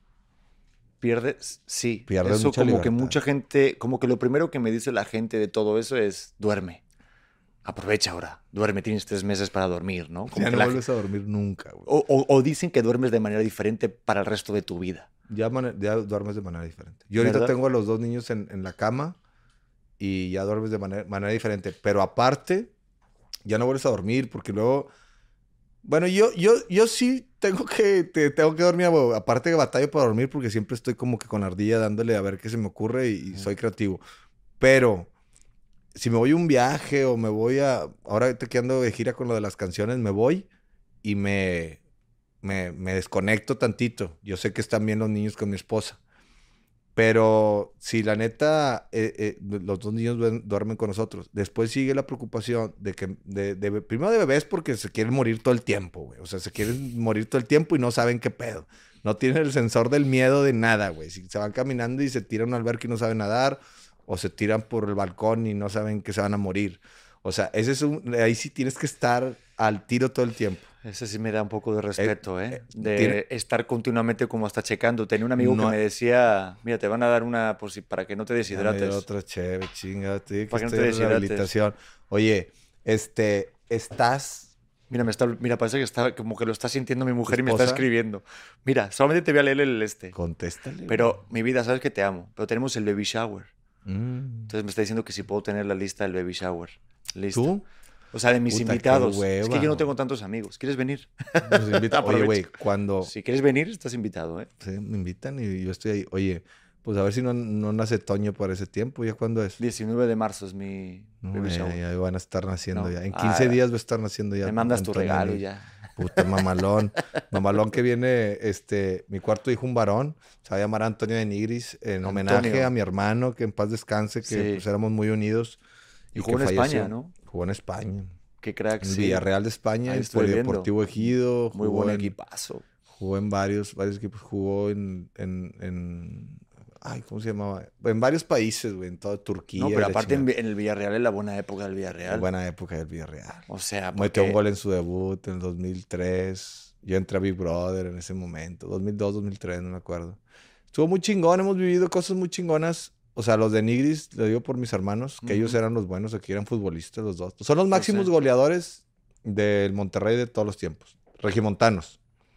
pierdes, sí. Pierdes Eso mucha como que libertad. mucha gente, como que lo primero que me dice la gente de todo eso es duerme. Aprovecha ahora, duerme, tienes tres meses para dormir, ¿no? Como Ya que no la vuelves a dormir nunca, güey. O, o- o dicen que duermes de manera diferente para el resto de tu vida, Ya, mane- ya duermes de manera diferente. Yo ahorita ¿verdad? tengo a los dos niños en, en la cama y ya duermes de manera, manera diferente. Pero aparte, ya no vuelves a dormir porque luego... Bueno, yo, yo, yo sí tengo que, te- tengo que dormir, güey. Aparte que batallo para dormir porque siempre estoy como que con ardilla dándole a ver qué se me ocurre y, y soy creativo. Pero si me voy a un viaje o me voy a... Ahora que ando de gira con lo de las canciones, me voy y me, me, me desconecto tantito. Yo sé que están bien los niños con mi esposa. Pero si la neta, eh, eh, los dos niños duen- duermen con nosotros. Después sigue la preocupación de que, de, de- primero de bebés porque se quieren morir todo el tiempo, güey. O sea, se quieren morir todo el tiempo y no saben qué pedo. No tienen el sensor del miedo de nada, güey. Si se van caminando y se tiran a un alberca y no saben nadar, o se tiran por el balcón y no saben que se van a morir. O sea, ese es un, ahí sí tienes que estar al tiro todo el tiempo. Ese sí me da un poco de respeto, ¿eh? eh, De tiene- estar continuamente como hasta checando. Tenía un amigo que No, me decía, mira, te van a dar una por si- para que no te ya me dio deshidrates. otra chévere, chinga, te dije que Para que no estoy te en deshidrates. rehabilitación. Oye, este, estás, Mira, me está, mira, parece que está como que lo está sintiendo mi mujer y me está esposa? escribiendo. Mira, solamente te voy a leer el este. Contéstale, Pero, mi vida, sabes que te amo. Pero tenemos el baby shower. güey. Mm. Entonces me está diciendo que si puedo tener la lista del baby shower. Listo. ¿Tú? O sea, de mis Puta, qué invitados. Es hueva, que yo no güey. tengo tantos amigos. ¿Quieres venir? Nos invita- Oye, Aprovecha. güey, cuando Si quieres venir, estás invitado, ¿eh? sí, me invitan y yo estoy ahí, oye, pues a ver si no, no nace Toño para ese tiempo, ¿ya cuándo es? diecinueve de marzo es mi No, baby ya, shower. ya van a estar naciendo No. ya. En Ah, quince días va a estar naciendo ya. Me mandas tu Antonio regalo Lee. ya. Puta mamalón. Mamalón que viene, este, mi cuarto hijo, un varón, se va a llamar Antonio de Nigris, en homenaje Antonio. a mi hermano, que en paz descanse, que Sí. pues éramos muy unidos. Y jugó que en España, falleció. ¿no? Jugó en España. Qué crack, En sí. Villarreal de España, Ahí en estoy viendo. Polideportivo Ejido. Muy jugó buen en, equipazo. Jugó en varios, varios equipos. Jugó en, en, en... Ay, ¿cómo se llamaba? En varios países, güey. En toda Turquía. No, y pero la aparte en, chingada. Vi- en el Villarreal es la buena época del Villarreal. Buena época del Villarreal. O sea, Metió un porque gol en su debut en el dos mil tres. Yo entré a Big Brother en ese momento. dos mil dos, dos mil tres, no me acuerdo. Estuvo muy chingón. Hemos vivido cosas muy chingonas. O sea, los de Nigris, lo digo por mis hermanos, que ellos Ujú. eran los buenos, aquí eran futbolistas los dos. Son los Lo máximos sé. goleadores del Monterrey de todos los tiempos. Regiomontanos.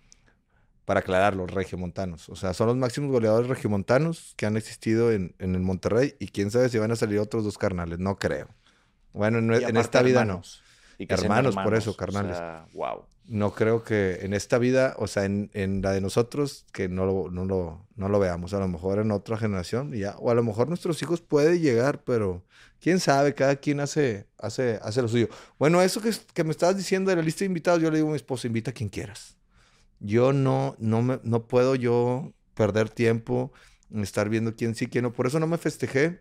Para aclararlo, regiomontanos. O sea, son los máximos goleadores regiomontanos que han existido en, en el Monterrey. Y quién sabe si van a salir otros dos carnales. No creo. Bueno, en, y en aparte esta vida no. hermanos. Y que sean Hermanos, por hermanos, eso, carnales. O sea, wow. No creo que en esta vida, o sea, en, en la de nosotros, que no lo, no, lo, no lo veamos. A lo mejor en otra generación y ya. O a lo mejor nuestros hijos puede llegar, pero quién sabe, cada quien hace, hace, hace lo suyo. Bueno, eso que, que me estabas diciendo de la lista de invitados, yo le digo a mi esposa, invita a quien quieras. Yo no, no, me, no puedo yo perder tiempo en estar viendo quién sí, quién no. Por eso no me festejé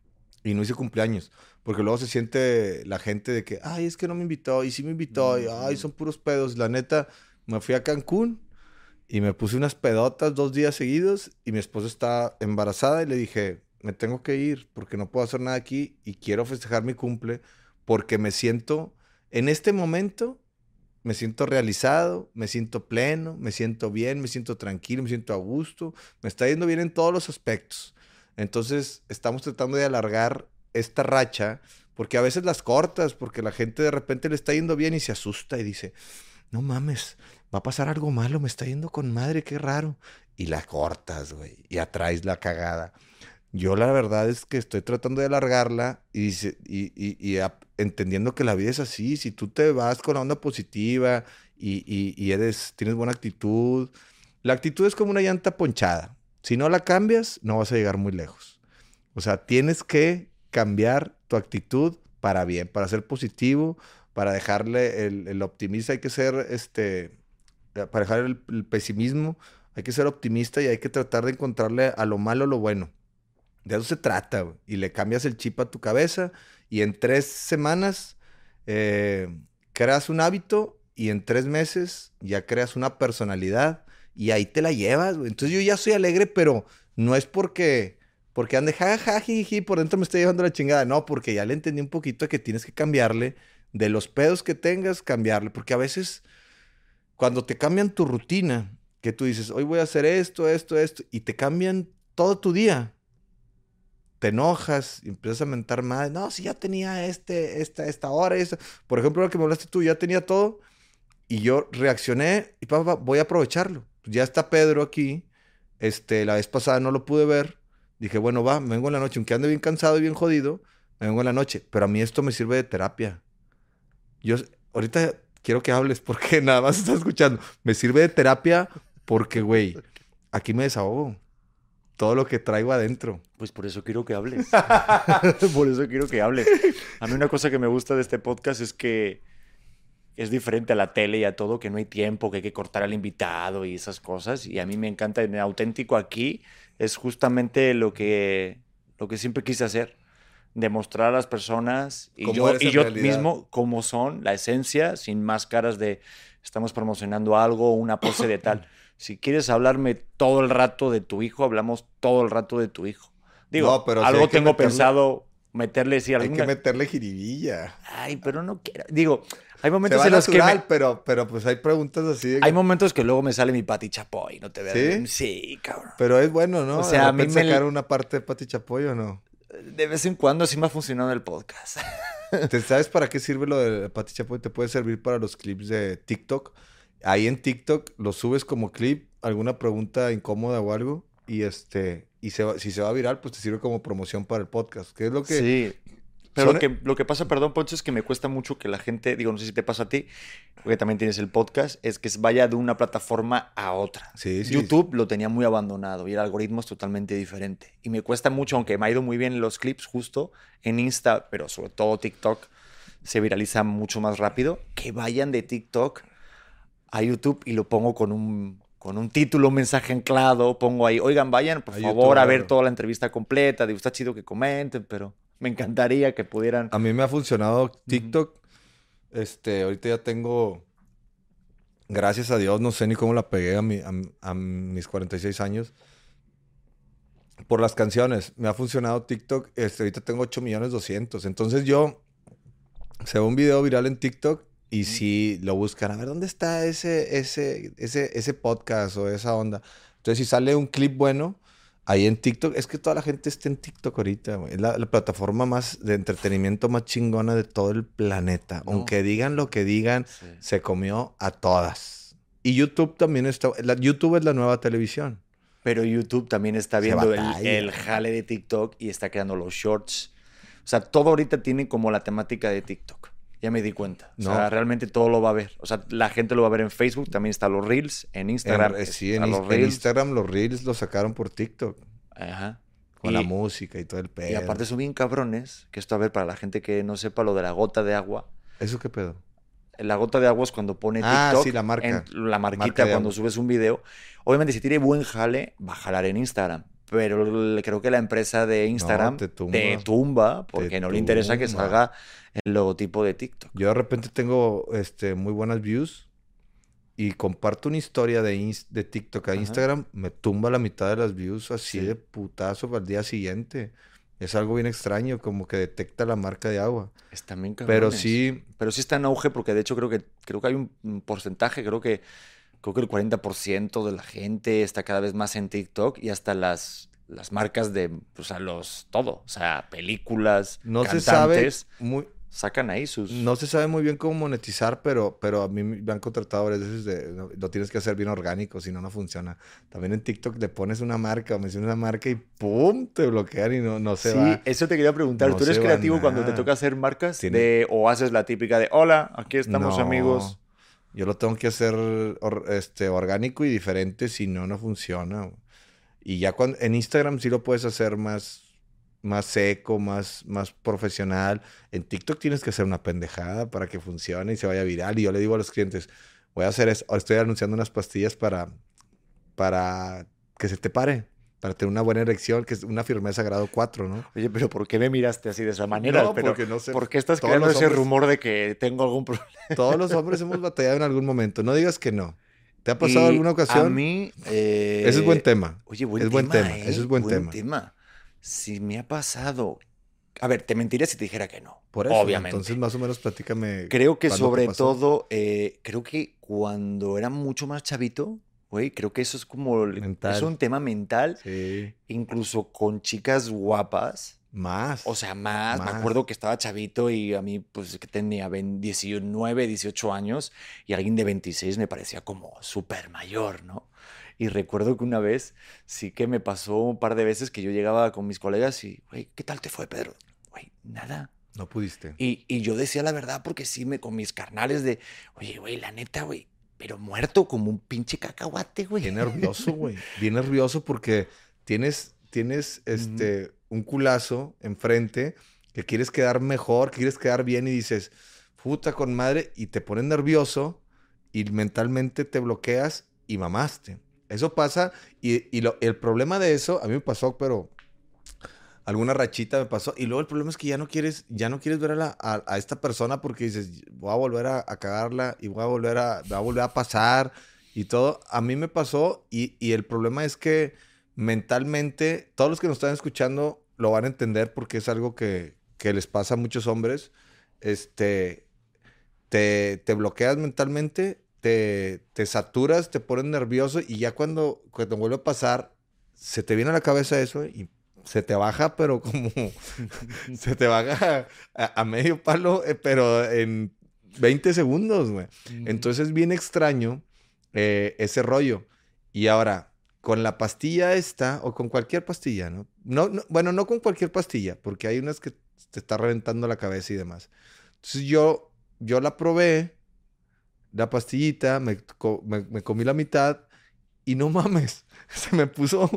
y no hice cumpleaños. Porque luego se siente la gente de que, ay, es que no me invitó, y sí me invitó, y ay, son puros pedos. La neta, me fui a Cancún y me puse unas pedotas dos días seguidos y mi esposa está embarazada y le dije, me tengo que ir porque no puedo hacer nada aquí y quiero festejar mi cumple porque me siento, en este momento, me siento realizado, me siento pleno, me siento bien, me siento tranquilo, me siento a gusto, me está yendo bien en todos los aspectos. Entonces, estamos tratando de alargar esta racha, porque a veces las cortas, porque la gente de repente le está yendo bien y se asusta y dice, no mames, va a pasar algo malo, me está yendo con madre, qué raro. Y la cortas, güey, y atraes la cagada. Yo la verdad es que estoy tratando de alargarla y, dice- y, y- y ap- entendiendo que la vida es así. Si tú te vas con la onda positiva y, y- y eres, tienes buena actitud, la actitud es como una llanta ponchada. Si no la cambias, no vas a llegar muy lejos. O sea, tienes que cambiar tu actitud para bien, para ser positivo, para dejarle el, el optimista. Hay que ser, este, para dejar el, el pesimismo, hay que ser optimista y hay que tratar de encontrarle a lo malo lo bueno. De eso se trata, güey. Y le cambias el chip a tu cabeza y en tres semanas eh, creas un hábito y en tres meses ya creas una personalidad y ahí te la llevas, güey. Entonces yo ya soy alegre, pero no es porque, porque ande jajaja, jiji, por dentro me estoy llevando la chingada. No, porque ya le entendí un poquito que tienes que cambiarle de los pedos que tengas, cambiarle. Porque a veces, cuando te cambian tu rutina, que tú dices, hoy voy a hacer esto, esto, esto, y te cambian todo tu día, te enojas y empiezas a mentar más. No, si ya tenía este, esta, esta hora, esta. Por ejemplo, lo que me hablaste tú, ya tenía todo. Y yo reaccioné y papá, voy a aprovecharlo. Ya está Pedro aquí. Este, la vez pasada no lo pude ver. Dije, bueno, va, me vengo en la noche. Aunque ande bien cansado y bien jodido, me vengo en la noche. Pero a mí esto me sirve de terapia. Yo ahorita quiero que hables porque nada más estás escuchando. Me sirve de terapia porque, güey, aquí me desahogo. Todo lo que traigo adentro. Pues por eso quiero que hables. Por eso quiero que hables. A mí una cosa que me gusta de este podcast es que es diferente a la tele y a todo, que no hay tiempo, que hay que cortar al invitado y esas cosas. Y a mí me encanta, en Auténtico aquí es justamente lo que, lo que siempre quise hacer. Demostrar a las personas y yo, y yo mismo cómo son, la esencia, sin máscaras de estamos promocionando algo, una pose de tal. Si quieres hablarme todo el rato de tu hijo, hablamos todo el rato de tu hijo. Digo, no, pero algo si tengo meterle, pensado meterle... Sí, hay alguna... que meterle jiribilla. Ay, pero no quiero... Digo, hay momentos en los natural, que... Me... Pero, pero pues hay preguntas así. De... Hay momentos que luego me sale mi Pati Chapoy, ¿no te veas? ¿Sí? Sí, cabrón. Pero es bueno, ¿no? O sea, a mí me... sacar una parte de Pati Chapoy o no? De vez en cuando sí me ha funcionado el podcast. ¿Te sabes para qué sirve lo de Pati Chapoy? Te puede servir para los clips de TikTok. Ahí en TikTok lo subes como clip, alguna pregunta incómoda o algo, y este y se va, si se va viral, pues te sirve como promoción para el podcast. ¿Qué es lo que...? Sí, pero lo que, lo que pasa, perdón, Poncho, es que me cuesta mucho que la gente, digo, no sé si te pasa a ti, porque también tienes el podcast, es que vaya de una plataforma a otra. Sí, sí, YouTube sí. lo tenía muy abandonado y el algoritmo es totalmente diferente. Y me cuesta mucho, aunque me ha ido muy bien los clips justo en Insta, pero sobre todo TikTok, se viraliza mucho más rápido, que vayan de TikTok a YouTube y lo pongo con un, con un título, un mensaje anclado, pongo ahí, oigan, vayan por a favor YouTube, a ver claro. toda la entrevista completa, digo, está chido que comenten, pero me encantaría que pudieran... A mí me ha funcionado TikTok, uh-huh. este, ahorita ya tengo, gracias a Dios, no sé ni cómo la pegué a, mi, a, a mis cuarenta y seis años, por las canciones, me ha funcionado TikTok, este, ahorita tengo ocho millones doscientos, entonces yo, se ve un video viral en TikTok, y si lo buscan, a ver, ¿dónde está ese, ese, ese, ese podcast o esa onda? Entonces, si sale un clip bueno, ahí en TikTok, es que toda la gente está en TikTok ahorita, güey. Es la, la plataforma más de entretenimiento más chingona de todo el planeta. No. Aunque digan lo que digan, sí. se comió a todas. Y YouTube también está... La, YouTube es la nueva televisión. Pero YouTube también está viendo el, el jale de TikTok y está creando los shorts. O sea, todo ahorita tiene como la temática de TikTok. Ya me di cuenta. O no. sea, realmente todo lo va a ver. O sea, la gente lo va a ver en Facebook, también están los Reels, en Instagram. En, sí, en, los en Instagram los Reels los sacaron por TikTok. Ajá. Con y, la música y todo el pedo. Y aparte son bien cabrones, que esto, a ver, para la gente que no sepa lo de la gota de agua. ¿Eso qué pedo? La gota de agua es cuando pone ah, TikTok. Sí, la marca. En, la marquita marca cuando agua. Subes un video. Obviamente, si tiene buen jale, va a jalar en Instagram. Pero creo que la empresa de Instagram no, te, tumba, te tumba porque te no tumba. Le interesa que salga el logotipo de TikTok. Yo de repente tengo este, muy buenas views y comparto una historia de, inst- de TikTok a Ajá. Instagram, me tumba la mitad de las views así sí. de putazo para el día siguiente. Es algo bien extraño, como que detecta la marca de agua. Están bien cabrones. Pero sí... Pero sí está en auge porque de hecho creo que, creo que hay un porcentaje, creo que... Creo que el cuarenta por ciento de la gente está cada vez más en TikTok y hasta las, las marcas de, o sea, los, todo, o sea, películas, no cantantes, se sabe muy, sacan ahí sus... No se sabe muy bien cómo monetizar, pero, pero a mí me han contratado varias veces de, no, lo tienes que hacer bien orgánico, si no, no funciona. También en TikTok le pones una marca o mencionas una marca y ¡pum! Te bloquean y no, no se sí, va. Sí, eso te quería preguntar. No ¿Tú eres creativo cuando te toca hacer marcas? De, ¿O haces la típica de, hola, aquí estamos no. amigos? Yo lo tengo que hacer or, este, orgánico y diferente, si no, no funciona. Y ya cuando, en Instagram sí lo puedes hacer más, más seco, más, más profesional. En TikTok tienes que hacer una pendejada para que funcione y se vaya viral. Y yo le digo a los clientes, voy a hacer eso. Estoy anunciando unas pastillas para, para que se te pare. Para tener una buena erección, que es una firmeza grado cuatro, ¿no? Oye, pero ¿por qué me miraste así de esa manera? No, pero, porque no sé. ¿Por qué estás creando ese hombres, rumor de que tengo algún problema? Todos los hombres hemos batallado en algún momento. No digas que no. ¿Te ha pasado Y alguna ocasión? A mí... Eh... Ese es buen tema. Oye, buen es tema, buen tema. ¿eh? Ese es buen, buen tema. tema. Si me ha pasado... A ver, te mentiría si te dijera que no. Por eso, obviamente. Entonces, más o menos, platícame. Creo que sobre todo, eh, creo que cuando era mucho más chavito, güey, creo que eso es como... Mental. Es un tema mental. Sí. Incluso con chicas guapas. Más. O sea, más. más. Me acuerdo que estaba chavito y a mí, pues, que tenía diecinueve, dieciocho años y alguien de veintiséis me parecía como súper mayor, ¿no? Y recuerdo que una vez sí que me pasó un par de veces que yo llegaba con mis colegas y, güey, ¿qué tal te fue, Pedro? Güey, nada. No pudiste. Y, y yo decía la verdad porque sí, me con mis carnales de, oye, güey, la neta, güey, pero muerto como un pinche cacahuate, güey. Bien nervioso, güey. Bien nervioso porque tienes, tienes este, uh-huh. un culazo enfrente que quieres quedar mejor, que quieres quedar bien y dices, puta con madre, y te pones nervioso y mentalmente te bloqueas y mamaste. Eso pasa y, y lo, el problema de eso, a mí me pasó, pero alguna rachita me pasó. Y luego el problema es que ya no quieres, ya no quieres ver a, la, a, a esta persona porque dices, voy a volver a, a cagarla y voy a volver a, va a volver a pasar y todo. A mí me pasó y, y el problema es que mentalmente, todos los que nos están escuchando lo van a entender porque es algo que, que les pasa a muchos hombres. Este, te, te bloqueas mentalmente. Te, te saturas, te pones nervioso y ya cuando, cuando vuelve a pasar, se te viene a la cabeza eso y se te baja, pero como se te baja a, a medio palo, eh, pero en veinte segundos, güey. Uh-huh. Entonces es bien extraño eh, ese rollo. Y ahora, con la pastilla esta, o con cualquier pastilla, ¿no? No, no bueno, no con cualquier pastilla, porque hay unas que te está reventando la cabeza y demás. Entonces yo, yo la probé, la pastillita, me, me, me comí la mitad y no mames, se me puso,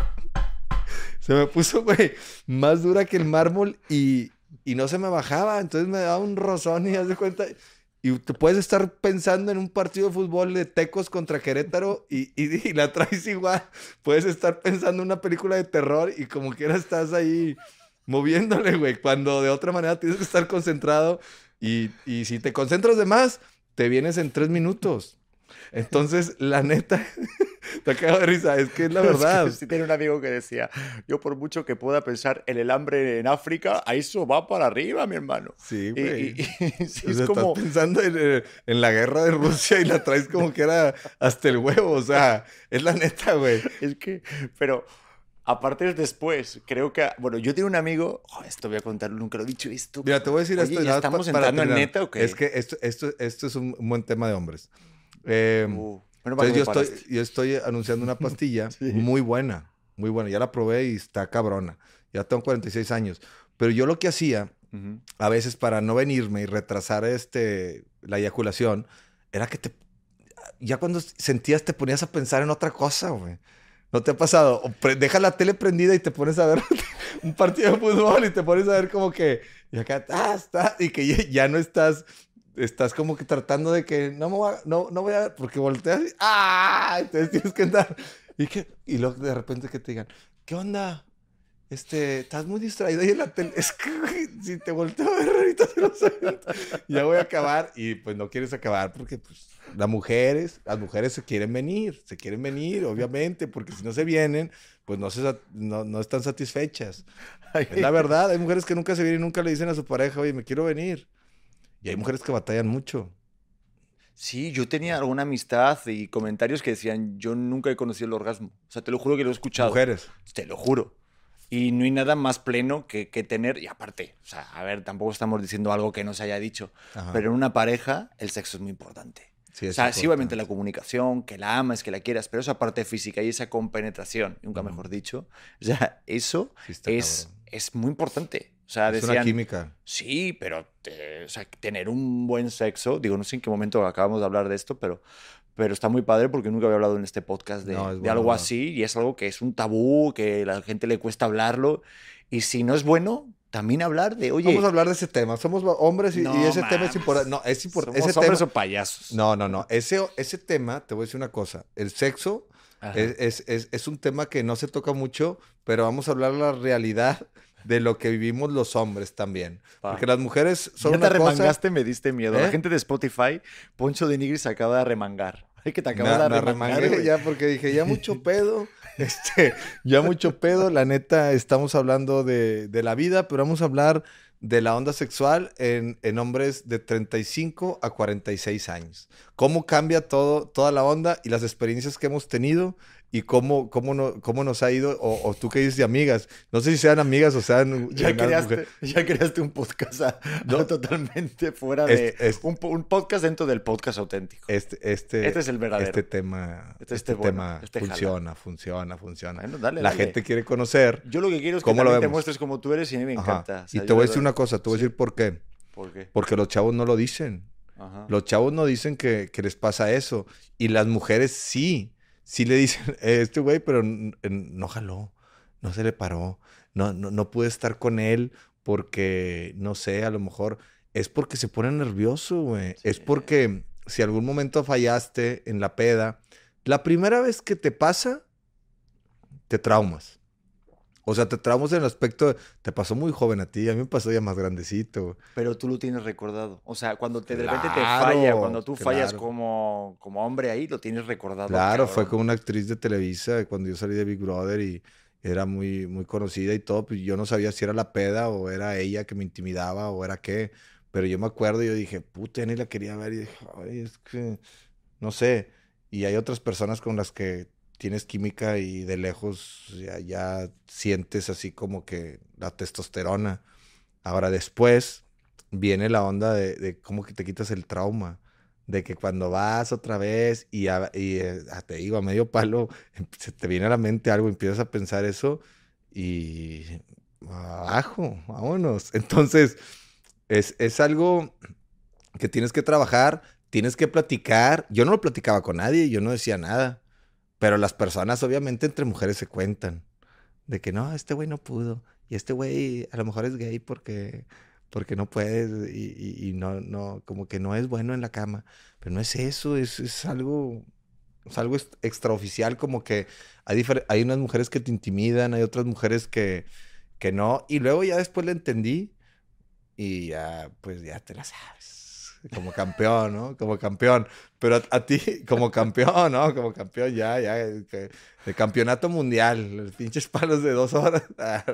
se me puso, güey, más dura que el mármol y, y no se me bajaba. Entonces me daba un rozón y haz de cuenta, y te puedes estar pensando en un partido de fútbol de Tecos contra Querétaro y, y, y la traes igual. Puedes estar pensando en una película de terror y como quiera estás ahí moviéndole, güey, cuando de otra manera tienes que estar concentrado y, y si te concentras de más, te vienes en tres minutos. Entonces, la neta, te acabo de risa, es que es la verdad. Es que sí tenía un amigo que decía, yo por mucho que pueda pensar en el hambre en África, a eso va para arriba, mi hermano. Sí, güey. Y, y, y, sí, o sea, es como... estás pensando en, en la guerra de Rusia y la traes como que era hasta el huevo, o sea, es la neta, güey. Es que, pero... Aparte es después, creo que... Bueno, yo tengo un amigo... Oh, esto voy a contarlo, nunca lo he dicho esto. Mira, te voy a decir Oye, esto. ¿ya estamos pa, entrando en neta o qué? Es que esto, esto, esto es un buen tema de hombres. Eh, uh, bueno, entonces yo estoy, yo estoy anunciando una pastilla sí. muy buena, muy buena. Ya la probé y está cabrona. Ya tengo cuarenta y seis años. Pero yo lo que hacía, uh-huh. a veces para no venirme y retrasar este, la eyaculación, era que te... Ya cuando sentías te ponías a pensar en otra cosa, güey. ¿No te ha pasado? O pre- deja la tele prendida y te pones a ver un partido de fútbol y te pones a ver como que... Y acá, ah, está, y que ya, ya no estás... Estás como que tratando de que no me voy a... No, no voy a ver, porque volteas y... ¡Ah! Entonces tienes que andar... Y, que, y luego de repente que te digan, ¿qué onda? Este, estás muy distraído ahí en la tele. Es que si te volteo a ver ahorita se los aviento. Ya voy a acabar. Y pues no quieres acabar porque pues las mujeres, las mujeres se quieren venir, se quieren venir, obviamente, porque si no se vienen, pues no, se, no, no están satisfechas. Es la verdad, hay mujeres que nunca se vienen y nunca le dicen a su pareja, oye, me quiero venir. Y hay mujeres que batallan mucho. Sí, yo tenía alguna amistad y comentarios que decían, yo nunca he conocido el orgasmo. O sea, te lo juro que lo he escuchado. Mujeres. Te lo juro. Y no hay nada más pleno que, que tener, y aparte, o sea, a ver, tampoco estamos diciendo algo que no se haya dicho, Ajá. pero en una pareja el sexo es muy importante. Sí, es o sea, importante. Sí, obviamente la comunicación, que la amas, que la quieras, pero esa parte física y esa compenetración, nunca mm. mejor dicho, o sea, eso sí es, es muy importante. O sea, es decían, una química. Sí, pero te, o sea, tener un buen sexo, digo, no sé en qué momento acabamos de hablar de esto, pero... Pero está muy padre porque nunca había hablado en este podcast de, no, de bueno, algo no. así y es algo que es un tabú, que a la gente le cuesta hablarlo. Y si no es bueno, también hablar de, oye... Vamos a hablar de ese tema. Somos hombres y, no, y ese mames. tema es importante. No, es importante. ¿Somos ese hombres tema... o payasos? No, no, no. Ese, ese tema, te voy a decir una cosa. El sexo es, es, es, es un tema que no se toca mucho, pero vamos a hablar la realidad de lo que vivimos los hombres también. Pa. Porque las mujeres son ya una te cosa... remangaste, me diste miedo. ¿Eh? La gente de Spotify, Poncho de Nigris se acaba de remangar. Ay, que te Me, acabas de me arremangar, arremangué güey. ya porque dije, ya mucho pedo. Este, ya mucho pedo. La neta, estamos hablando de, de la vida, pero vamos a hablar de la onda sexual en, en hombres de treinta y cinco a cuarenta y seis años. Cómo cambia todo, toda la onda y las experiencias que hemos tenido y cómo, cómo, no, cómo nos ha ido, o, o tú qué dices de amigas. No sé si sean amigas o sean Ya unas mujeres. creaste, ya creaste un podcast a- a No, totalmente fuera de... este, este, Un, po- un podcast dentro del podcast auténtico. este, Este este, es el este verdadero. tema, Este este esté bueno, tema este jala. funciona, funciona, funciona. Bueno, dale, La dale. gente quiere conocer Yo lo que quiero es que cómo lo también te vemos. muestres como tú eres y a mí me Ajá. encanta. O Y sea, te yo voy a de decir verdad... una cosa, te voy a Sí. decir por qué. ¿Por qué? Porque los chavos no lo dicen. Ajá. Los chavos no dicen que, que les pasa eso. Y las mujeres sí. Sí le dicen, "Eh, este güey, pero n- n- no jaló. No se le paró. No, no, no pude estar con él porque, no sé, a lo mejor es porque se pone nervioso, güey. Es Sí. porque si algún momento fallaste en la peda, la primera vez que te pasa, te traumas. O sea, te traumas en el aspecto de, te pasó muy joven a ti, a mí me pasó ya más grandecito, güey. Pero tú lo tienes recordado. O sea, cuando te, de repente te Claro, falla, cuando tú fallas claro. como, como hombre ahí, lo tienes recordado, Claro, fue cabrón. con una actriz de Televisa cuando yo salí de Big Brother y era muy, muy conocida y todo, pues yo no sabía si era la peda o era ella que me intimidaba o era qué, pero yo me acuerdo y yo dije, puta, ya ni la quería ver y dije, ay, es que, no sé, y hay otras personas con las que tienes química y de lejos ya, ya sientes así como que la testosterona. Ahora después viene la onda de, de cómo que te quitas el trauma. De que cuando vas otra vez y, a- y, eh, ah, te digo, a medio palo, em- se te viene a la mente algo, empiezas a pensar eso y abajo, vámonos. Entonces, es, es algo que tienes que trabajar, tienes que platicar. Yo no lo platicaba con nadie, yo no decía nada, pero las personas obviamente entre mujeres se cuentan. De que no, este güey no pudo. Y este güey a lo mejor es gay porque, porque no puede y, y- y no, no, como que no es bueno en la cama. Pero no es eso, es, es algo, es algo ex- extraoficial, como que hay, difer- hay unas mujeres que te intimidan, hay otras mujeres que, que no. Y luego ya después le entendí y ya, pues ya te la sabes. Como campeón, ¿no? Como campeón. Pero a, a ti, como campeón, ¿no? Como campeón, ya, ya. que- de campeonato mundial. Los pinches palos de dos horas.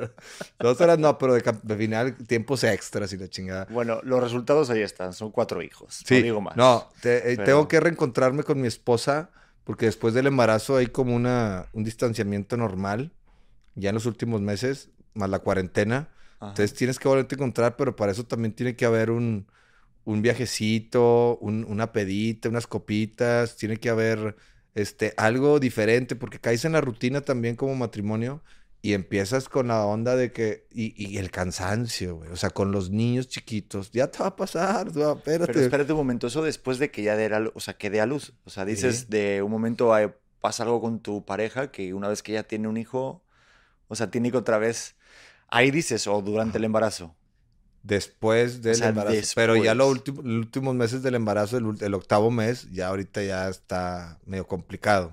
Dos horas no, pero de, cam- de final, tiempos extras y la chingada. Bueno, los resultados ahí están. Son cuatro hijos. No Sí, digo más. no, te- eh, Pero- tengo que reencontrarme con mi esposa porque después del embarazo hay como una, un distanciamiento normal, ya en los últimos meses, más la cuarentena. Ajá. Entonces tienes que volverte a encontrar, pero para eso también tiene que haber un, un viajecito, un- una pedita, unas copitas, tiene que haber este, algo diferente, porque caes en la rutina también como matrimonio y empiezas con la onda de que, y, y el cansancio, güey, o sea, con los niños chiquitos, ya te va a pasar, tú, espérate. Pero espérate un momento, eso después de que ya dé a lu- o sea, que dé a luz. O sea, dices Sí. de un momento a- pasa algo con tu pareja que una vez que ya tiene un hijo, o sea, tiene que otra vez. Ahí dices, o durante el embarazo. Después del sea, embarazo. Pero ya después. lo último- los últimos meses del embarazo, el, ul- el octavo mes, ya ahorita ya está medio complicado.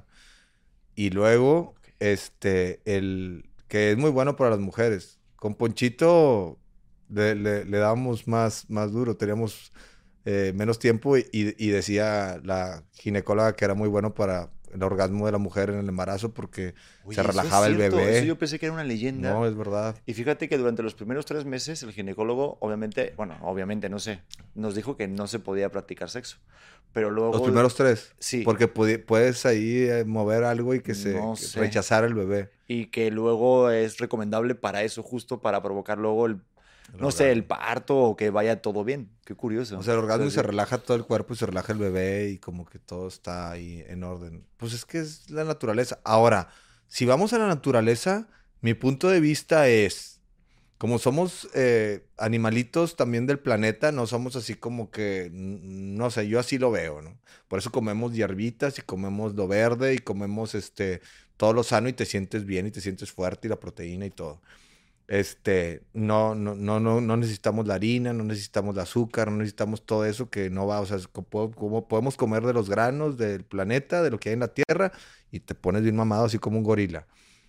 Y luego, Ok. este, el que es muy bueno para las mujeres. Con Ponchito le, le, le dábamos más, más duro, teníamos eh, menos tiempo y, y decía la ginecóloga que era muy bueno para el orgasmo de la mujer en el embarazo porque Oye, se eso es relajaba el cierto, bebé. Eso yo pensé que era una leyenda. No, es verdad. Y fíjate que durante los primeros tres meses el ginecólogo, obviamente, bueno, obviamente, no sé, nos dijo que no se podía practicar sexo. Pero luego... Los primeros tres. Sí. Porque pudi- puedes ahí eh, mover algo y que se No que sé. rechazar el bebé. Y que luego es recomendable para eso, justo para provocar luego el, El no sé, el orgasmo. parto o que vaya todo bien. Qué curioso. O sea, el orgasmo y se Entonces, relaja todo el cuerpo y se relaja el bebé y como que todo está ahí en orden. Pues es que es la naturaleza. Ahora, si vamos a la naturaleza, mi punto de vista es, como somos eh, animalitos también del planeta, no somos así como que, n- no sé, yo así lo veo, ¿no? Por eso comemos hierbitas y comemos lo verde y comemos este, todo lo sano y te sientes bien y te sientes fuerte y la proteína y todo. Este, no, no, no, no, no necesitamos la harina, no necesitamos el azúcar, no necesitamos todo eso que no va, o sea, es co- po- como podemos comer de los granos del planeta, de lo que hay en la tierra, y te pones bien mamado así como un gorila.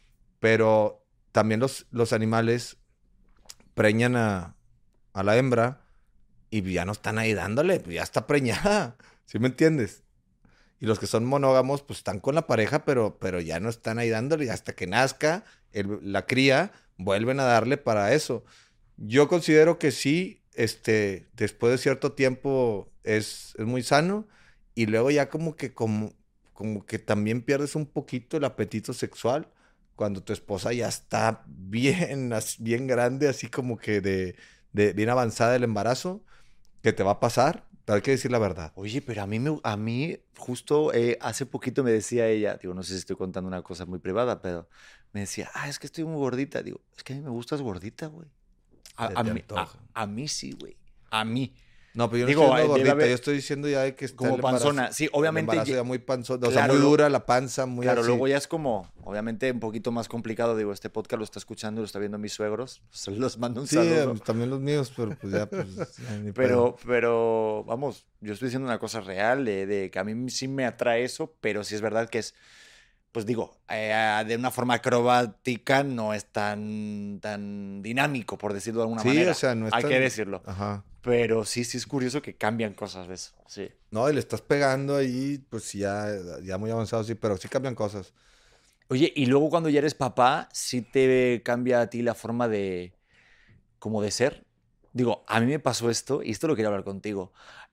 Pero también los, los animales preñan a, a la hembra y ya no están ahí dándole, pues ya está preñada, ¿sí me entiendes? Y los que son monógamos, pues están con la pareja, pero, pero ya no están ahí dándole. Y hasta que nazca el- la cría, vuelven a darle para eso. Yo considero que sí, este, después de cierto tiempo es, es muy sano. Y luego ya como que, como, como que también pierdes un poquito el apetito sexual cuando tu esposa ya está bien, as- bien grande, así como que de, de bien avanzada el embarazo, que te va a pasar. Pero hay que decir la verdad. Oye, pero a mí, me, a mí justo eh, hace poquito me decía ella, digo, no sé si estoy contando una cosa muy privada, pero me decía, ah, es que estoy muy gordita. Digo, es que a mí me gustas gordita, güey. A, Se a te mí, a, antoja. a mí sí, güey. A mí. No, pero yo no estoy Digo, diciendo eh, debe gordita, yo haber estoy diciendo ya de que está como el embarazo, panzona. Sí, el obviamente, embarazo ye- ya muy panzón, o sea, claro, muy lo- dura la panza, muy claro, así. luego ya es como, obviamente, un poquito más complicado. Digo, este podcast lo está escuchando, lo está viendo mis suegros. Se los mando un Sí, eh, saludo. también los míos, pero pues ya, pues, ya ni pedo. Pero, pero, vamos, yo estoy diciendo una cosa real de, de que a mí sí me atrae eso, pero sí es verdad que es, pues digo, eh, de una forma acrobática no es tan, tan dinámico, por decirlo de alguna Sí, o manera. sea, no es Hay que tan... decirlo. Ajá. Pero sí, sí es curioso que cambian cosas, ¿ves? Sí. No, y le estás pegando ahí, pues ya, ya muy avanzado, sí, pero sí cambian cosas. Oye, y luego cuando ya eres papá, ¿sí te cambia a ti la forma de, como de ser? Digo, a mí me pasó esto, y esto lo quería hablar contigo.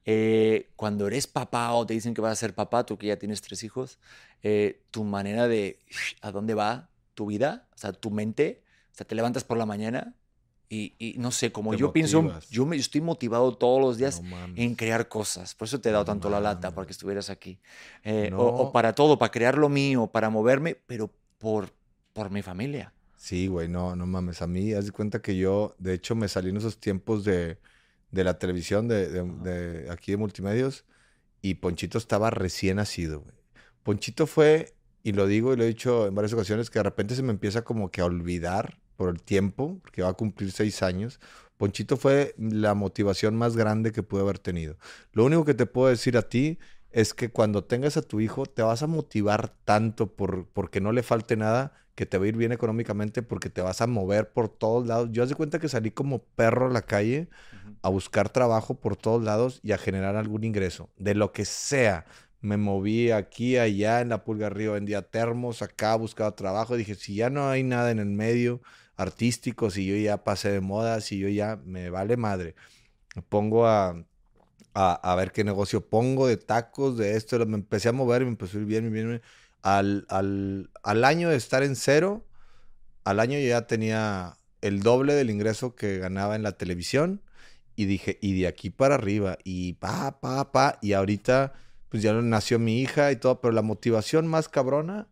Eh, cuando eres papá o te dicen que vas a ser papá, tú que ya tienes tres hijos, eh, tu manera de a dónde va tu vida, o sea, tu mente, o sea, te levantas por la mañana y, y no sé, como Te yo pienso, motivas. yo me, estoy motivado todos los No días en mames. crear cosas. Por eso te he dado No tanto la lata, para que mames. estuvieras aquí. Eh, o, o No. para todo, para crear lo mío, para moverme, pero por, por mi familia. Sí, güey, no, no mames. A mí, haz de cuenta que yo, de hecho, me salí en esos tiempos de, de la televisión, de, de, Ajá. de aquí de Multimedios, y Ponchito estaba recién nacido, güey. Ponchito fue, y lo digo y lo he dicho en varias ocasiones, que de repente se me empieza como que a olvidar por el tiempo, porque va a cumplir seis años. Ponchito fue la motivación más grande que pude haber tenido. Lo único que te puedo decir a ti es que cuando tengas a tu hijo te vas a motivar tanto por porque no le falte nada, que te va a ir bien económicamente porque te vas a mover por todos lados. Yo haz de cuenta que salí como perro a la calle Ujú. a buscar trabajo por todos lados y a generar algún ingreso, de lo que sea. Me moví aquí, allá, en la Pulga Río, vendía termos, acá buscaba trabajo. Dije, si ya no hay nada en el medio artístico, si yo ya pasé de moda, si yo ya me vale madre, me pongo a, a, a ver qué negocio pongo de tacos, de esto. Me empecé a mover y me empezó a ir bien, bien, bien. Al, al, al año de estar en cero, al año yo ya tenía el doble del ingreso que ganaba en la televisión y dije, y de aquí para arriba, y pa, pa, pa, y ahorita pues ya nació mi hija y todo, pero la motivación más cabrona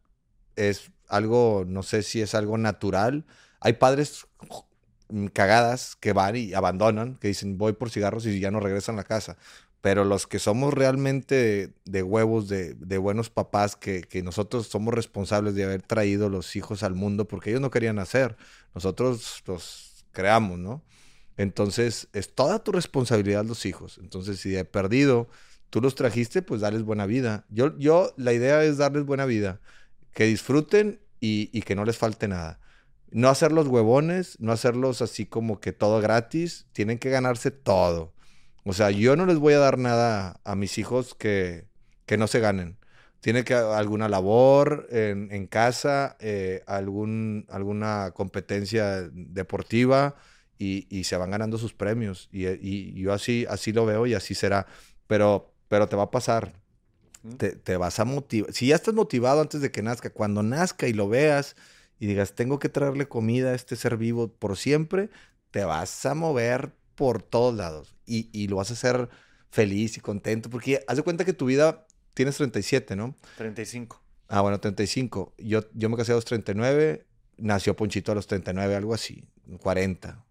es algo, no sé si es algo natural. Hay padres mm, cagadas que van y abandonan, que dicen voy por cigarros y ya no regresan a la casa. Pero los que somos realmente de, de huevos, de, de buenos papás, que, que nosotros somos responsables de haber traído los hijos al mundo porque ellos no querían nacer, nosotros los creamos, ¿no? Entonces es toda tu responsabilidad los hijos. Entonces si de perdido tú los trajiste, pues darles buena vida. Yo, yo, la idea es darles buena vida, que disfruten y, y que no les falte nada. No hacerlos huevones, no hacerlos así como que todo gratis, tienen que ganarse todo. O sea, yo no les voy a dar nada a mis hijos que, que no se ganen. Tiene que alguna labor en, en casa, eh, algún, alguna competencia deportiva y, y se van ganando sus premios. Y, y yo así, así lo veo y así será. Pero, pero te va a pasar. ¿Mm? Te, te vas a motivar. Si ya estás motivado antes de que nazca, cuando nazca y lo veas y digas, tengo que traerle comida a este ser vivo por siempre, te vas a mover por todos lados y, y lo vas a hacer feliz y contento, porque haz de cuenta que tu vida tienes treinta y siete, ¿no? treinta y cinco. Ah, bueno, treinta y cinco. Yo, yo me casé a los treinta y nueve, nació Ponchito a los treinta y nueve, algo así, cuarenta.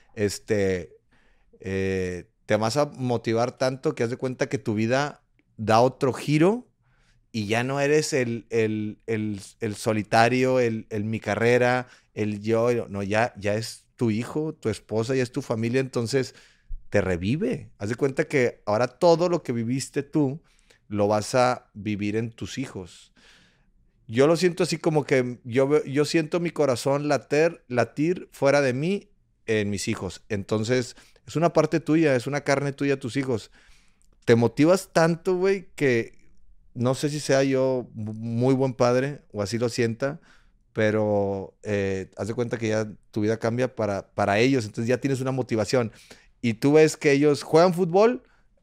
Este, eh, te vas a motivar tanto que haz de cuenta que tu vida da otro giro y ya no eres el, el, el, el solitario, el, el mi carrera, el yo, no, ya, ya es tu hijo, tu esposa, ya es tu familia, entonces te revive. Haz de cuenta que ahora todo lo que viviste tú lo vas a vivir en tus hijos. Yo lo siento así como que yo, veo- yo siento mi corazón latir, latir fuera de mí en mis hijos. Entonces, es una parte tuya, es una carne tuya tus hijos. Te motivas tanto, güey, que no sé si sea yo muy buen padre o así lo sienta, pero eh, haz de cuenta que ya tu vida cambia para, para ellos, entonces ya tienes una motivación. Y tú ves que ellos juegan fútbol,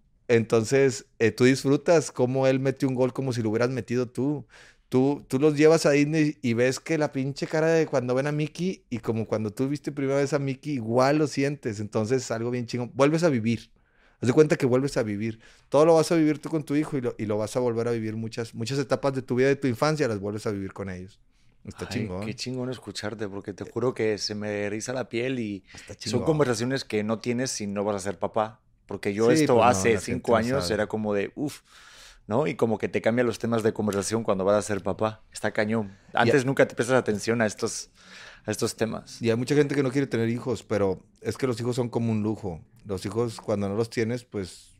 entonces eh, tú disfrutas cómo él mete un gol como si lo hubieras metido tú. Tú, tú los llevas a Disney y ves que la pinche cara de cuando ven a Mickey y como cuando tú viste primera vez a Mickey, igual lo sientes. Entonces, algo bien chingón. Vuelves a vivir. Haz de cuenta que vuelves a vivir. Todo lo vas a vivir tú con tu hijo y lo, y lo vas a volver a vivir muchas, muchas etapas de tu vida, de tu infancia, las vuelves a vivir con ellos. Está Ay, qué chingón. chingón escucharte, porque te juro que se me eriza la piel y Está son chingón. conversaciones que no tienes si no vas a ser papá. Porque yo Sí, esto pues no, hace la gente cinco no años sabe. era como de, uff, ¿no? Y como que te cambian los temas de conversación cuando vas a ser papá. Está cañón. Y, Antes nunca te prestas atención a estos, a estos temas. Y hay mucha gente que no quiere tener hijos, pero es que los hijos son como un lujo. Los hijos, cuando no los tienes, pues,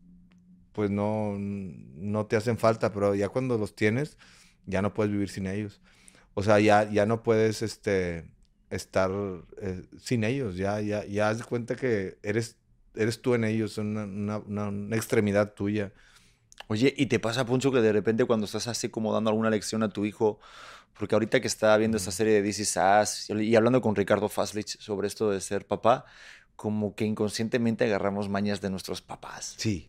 pues no, no te hacen falta, pero ya cuando los tienes, ya no puedes vivir sin ellos. O sea, ya, ya no puedes este, estar eh, sin ellos. Ya, ya, ya haz de cuenta que eres, eres tú en ellos, son una, una, una- una extremidad tuya. Oye, ¿y te pasa, Poncho, que de repente cuando estás así como dando alguna lección a tu hijo, porque ahorita que estaba viendo esta Mm. serie de This Is Us y hablando con Ricardo Faslich sobre esto de ser papá, como que inconscientemente agarramos mañas de nuestros papás? Sí,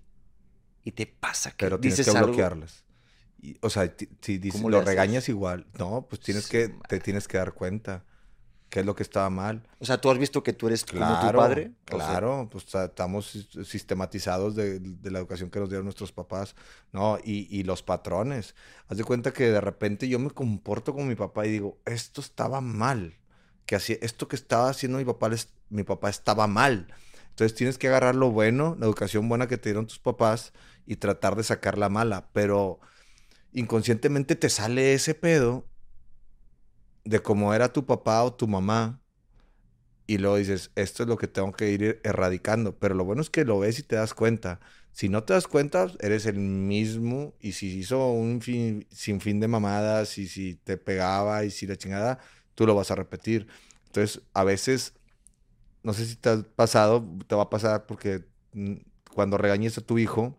Y te pasa que pero tienes que dices algo, bloquearlas. Y, o sea, ti- si dice- ¿cómo le lo haces? regañas igual, no, pues tienes Su que, te madre. tienes que dar cuenta qué es lo que estaba mal. O sea, ¿tú has visto que tú eres como tu Claro, padre? O sea, claro, pues ta- estamos sis- sistematizados de, de la educación que nos dieron nuestros papás, ¿no? Y, y los patrones. Haz de cuenta que de repente yo me comporto como mi papá y digo, esto estaba mal, que así, esto que estaba haciendo mi papá, les- mi papá estaba mal. Entonces tienes que agarrar lo bueno, la educación buena que te dieron tus papás y tratar de sacar la mala, pero inconscientemente te sale ese pedo de cómo era tu papá o tu mamá y luego dices, esto es lo que tengo que ir erradicando. Pero lo bueno es que lo ves y te das cuenta. Si no te das cuenta, eres el mismo. Y si hizo un fin, sinfín de mamadas, y si te pegaba, y si la chingada, tú lo vas a repetir. Entonces, a veces, no sé si te ha pasado, te va a pasar porque mm, cuando regañes a tu hijo,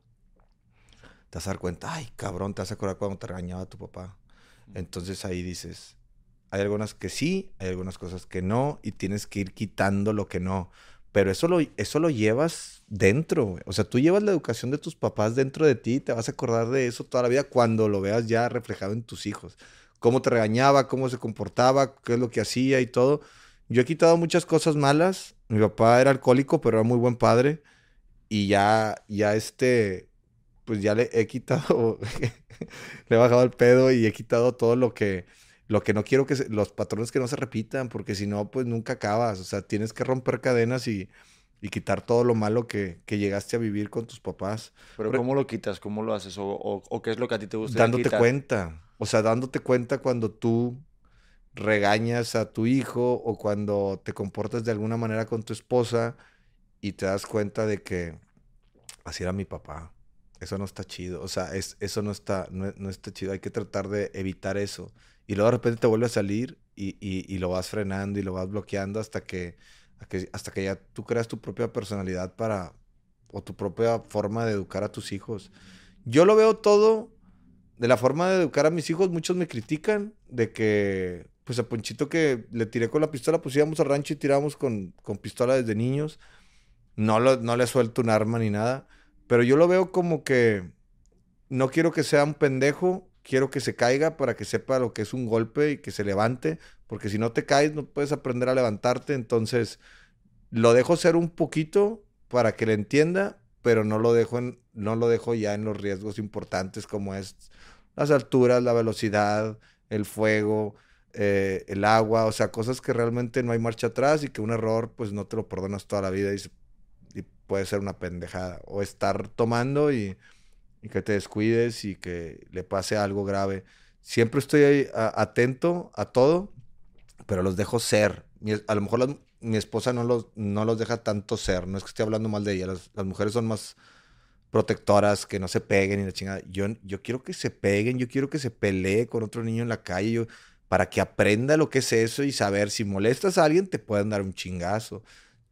te vas a dar cuenta, ay, cabrón, te vas a acordar cuando te regañaba tu papá. Entonces ahí dices, hay algunas que sí, hay algunas cosas que no, y tienes que ir quitando lo que no. Pero eso lo, eso lo llevas dentro, güey. O sea, tú llevas la educación de tus papás dentro de ti y te vas a acordar de eso toda la vida cuando lo veas ya reflejado en tus hijos. Cómo te regañaba, cómo se comportaba, qué es lo que hacía y todo. Yo he quitado muchas cosas malas. Mi papá era alcohólico, pero era muy buen padre. Y ya, ya este, pues ya le he quitado, le he bajado el pedo y he quitado todo lo que, lo que no quiero que se- los patrones que no se repitan, porque si no, pues nunca acabas. O sea, tienes que romper cadenas y, y quitar todo lo malo que, que llegaste a vivir con tus papás. pero Por- ¿cómo lo quitas? ¿Cómo lo haces? ¿O, o- o qué es lo que a ti te gustaría dándote quitar? cuenta, o sea, dándote cuenta cuando tú regañas a tu hijo o cuando te comportas de alguna manera con tu esposa y te das cuenta de que así era mi papá. Eso no está chido. O sea, es, eso no está, no, no está chido. Hay que tratar de evitar eso. Y luego de repente te vuelve a salir y, y- y lo vas frenando y lo vas bloqueando hasta que, a que- hasta que ya tú creas tu propia personalidad para, o tu propia forma de educar a tus hijos. Yo lo veo todo de la forma de educar a mis hijos. Muchos me critican de que, pues a Ponchito que le tiré con la pistola, pues íbamos al rancho y tirábamos con, con pistola desde niños. No, lo- no le suelto un arma ni nada, pero yo lo veo como que no quiero que sea un pendejo, quiero que se caiga para que sepa lo que es un golpe y que se levante, porque si no te caes no puedes aprender a levantarte, entonces lo dejo ser un poquito para que le entienda, pero no lo dejo en- no lo dejo ya en los riesgos importantes como es las alturas, la velocidad, el fuego, eh, el agua, o sea, cosas que realmente no hay marcha atrás y que un error pues no te lo perdonas toda la vida y se y puede ser una pendejada. O estar tomando y, y que te descuides y que le pase algo grave. Siempre estoy ahí, a- atento a todo, pero los dejo ser. Mi es- a lo mejor las- mi esposa no los, no los deja tanto ser. No es que esté hablando mal de ella. Las, las mujeres son más protectoras, que no se peguen y la chingada. Yo, yo quiero que se peguen, yo quiero que se pelee con otro niño en la calle, yo- para que aprenda lo que es eso y saber si molestas a alguien te pueden dar un chingazo.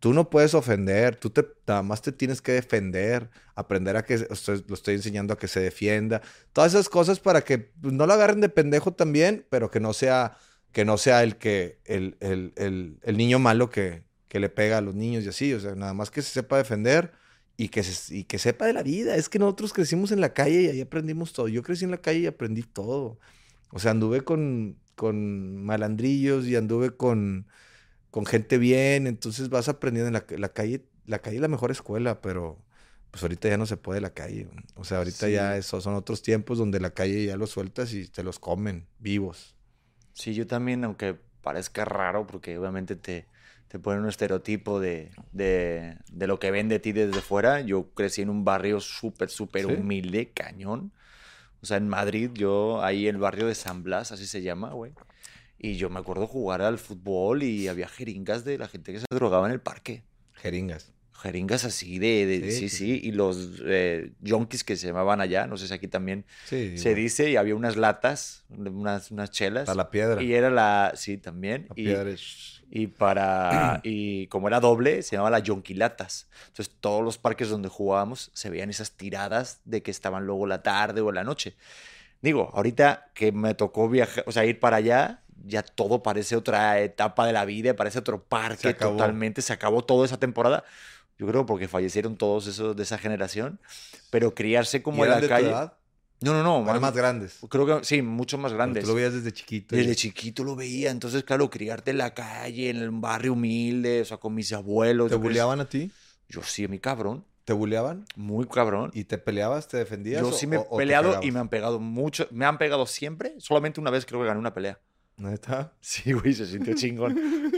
Tú no puedes ofender, tú te, nada más te tienes que defender, aprender a que, usted, lo estoy enseñando a que se defienda, todas esas cosas para que pues, no lo agarren de pendejo también, pero que no sea, que no sea el que, el, el, el, el niño malo que, que le pega a los niños y así, o sea, nada más que se sepa defender y que, se, y que sepa de la vida. Es que nosotros crecimos en la calle y ahí aprendimos todo. Yo crecí en la calle y aprendí todo. O sea, anduve con, con malandrillos y anduve con con gente bien, entonces vas aprendiendo en la, la calle, la calle es la mejor escuela, pero pues ahorita ya no se puede la calle. O sea, ahorita Sí. ya eso, son otros tiempos donde la calle ya los sueltas y te los comen vivos. Sí, yo también, aunque parezca raro, porque obviamente te, te ponen un estereotipo de, de, de lo que ven de ti desde fuera. Yo crecí en un barrio súper, súper ¿Sí? humilde, cañón. O sea, en Madrid, yo, ahí el barrio de San Blas, así se llama, güey. Y yo me acuerdo jugar al fútbol y había jeringas de la gente que se drogaba en el parque. Jeringas. Jeringas así de, de- Sí, sí, sí, sí, sí. y los eh, yonkis que se llamaban allá, no sé si aquí también Sí, se igual. dice, y había unas latas, unas, unas Para chelas, la piedra. y era la, sí, también, La y, piedra es... y para, y como era doble, se llamaba la yonquilatas. Entonces todos los parques donde jugábamos se veían esas tiradas de que estaban luego la tarde o la noche. Digo, ahorita que me tocó viajar, o sea, ir para allá, ya todo parece otra etapa de la vida, parece otro Se parque acabó. totalmente, se acabó toda esa temporada. Yo creo porque fallecieron todos esos de esa generación, pero criarse ¿Y como en eran la de tu calle. edad? No, no, no, ¿O eran más, más grandes? creo que sí, mucho más Pero tú lo grandes. veías desde chiquito. Desde Y... chiquito lo veía, entonces, claro, criarte en la calle, en un barrio humilde, o sea, con mis abuelos, ¿Te yo crecí, buleaban a ti? yo sí, mi cabrón, ¿Te buleaban? muy cabrón. ¿Y te peleabas, te defendías Yo o, sí me he o- o te peleado y me cagabas? han pegado mucho, me han pegado siempre, solamente una vez creo que gané una pelea. ¿Neta? Sí, güey, se sintió chingón.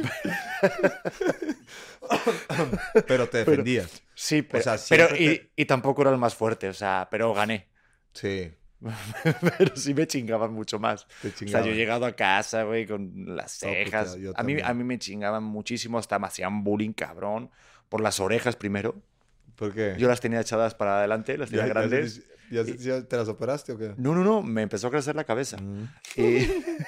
Pero te Pero, defendías. sí, O pero, sea, pero siempre y, te... y tampoco era el más fuerte, o sea, pero gané. Sí, Pero sí me chingaban mucho más. te O sea, yo he chingaban. llegado a casa, güey, con las Todo puteado, cejas. yo A mí, a también. mí me chingaban muchísimo, hasta me hacían bullying cabrón. Por las orejas primero. ¿Por qué? Yo las tenía echadas para adelante, las tenía ¿Ya, ya, se grandes. te, ya se- Y- ya te las operaste o qué? no, no, no, me empezó a crecer la cabeza. Mm. Y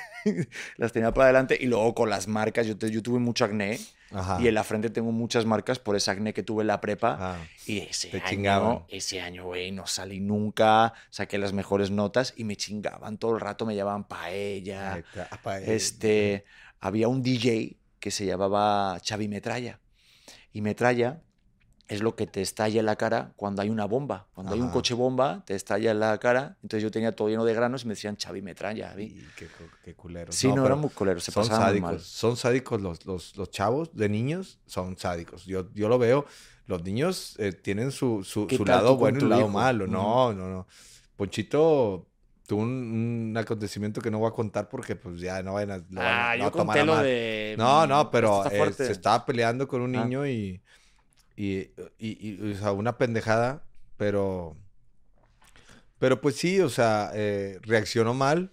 las tenía para adelante y luego con las marcas, yo, te- yo tuve mucho acné Ajá. y en la frente tengo muchas marcas por ese acné que tuve en la prepa. Ah, Y ese te año, chingaban. ese año, güey, no salí nunca, saqué las mejores notas y me chingaban todo el rato, me llamaban paella. Neta, apa, eh, Este, había un D J que se llamaba Xavi Metralla y Metralla es lo que te estalla en la cara cuando hay una bomba. Cuando hay un Ajá. coche bomba, te estalla en la cara. Entonces yo tenía todo lleno de granos y me decían Xavi Metralla. ¿vi? Y qué, cu- qué culeros. Sí, No, no, eran pero muy coleros, se son pasaban muy sádicos. mal. Son sádicos los, los, los chavos de niños, son sádicos. Yo, yo lo veo. Los niños eh, tienen su, su, ¿Qué su tal lado tú con bueno y tu un lado hijo? malo. Ujú. No, no, no. Ponchito tuvo un, un acontecimiento que no voy a contar porque pues ya no van a, lo van a, Ah, lo yo va a tomar conté a lo mal. de... No, no, mm, pero esto está eh, fuerte. se estaba peleando con un Ah. niño y, y, y, y, o sea, una pendejada, pero, pero pues sí, o sea, eh, reaccionó mal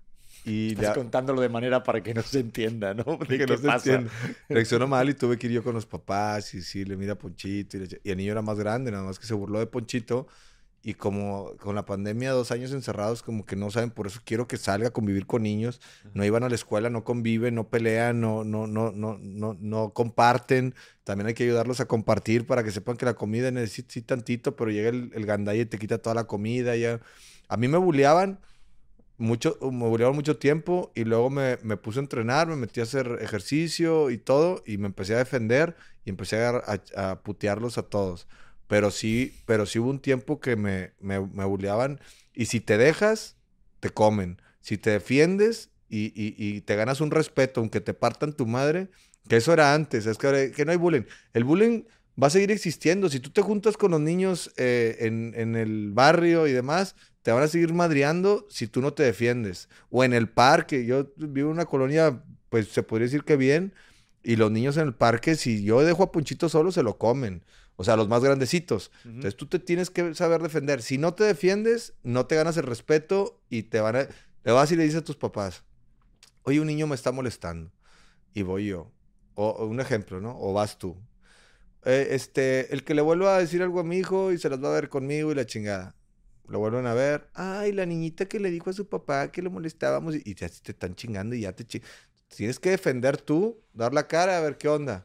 y Estás ya, contándolo de manera para que no se entienda, ¿no? ¿De que qué no se pasa? entiende. Reaccionó mal y tuve que ir yo con los papás y sí, le mira a Ponchito y, le- y el niño era más grande, nada más que se burló de Ponchito y como con la pandemia, dos años encerrados, como que no saben, por eso quiero que salga a convivir con niños. No iban a la escuela, no conviven, no pelean, no, no, no, no, no, no comparten. También hay que ayudarlos a compartir para que sepan que la comida necesita sí tantito, pero llega el, el gandaya y te quita toda la comida. Ya. A mí me buleaban mucho, me buleaban mucho tiempo y luego me, me puse a entrenar, me metí a hacer ejercicio y todo y me empecé a defender y empecé a, a, a putearlos a todos. Pero sí, pero sí hubo un tiempo que me, me, me buleaban y si te dejas, te comen. Si te defiendes y, y, y te ganas un respeto, aunque te partan tu madre, que eso era antes, es que, ahora- que no hay bullying. El bullying va a seguir existiendo. Si tú te juntas con los niños eh, en, en el barrio y demás, te van a seguir madreando si tú no te defiendes. O en el parque. Yo vivo en una colonia, pues se podría decir que bien. Y los niños en el parque, si yo dejo a Ponchito solo, se lo comen. O sea, los más grandecitos. Ujú. Entonces tú te tienes que saber defender. Si no te defiendes, no te ganas el respeto y te van a... Le vas y le dices a tus papás, oye, un niño me está molestando. Y voy yo. O, o un ejemplo, ¿no? O vas tú. Eh, este, el que le vuelva a decir algo a mi hijo y se las va a ver conmigo y la chingada. Lo vuelven a ver. Ay, la niñita que le dijo a su papá que le molestábamos y, y ya te están chingando y ya te chi- tienes que defender tú, dar la cara a ver qué onda.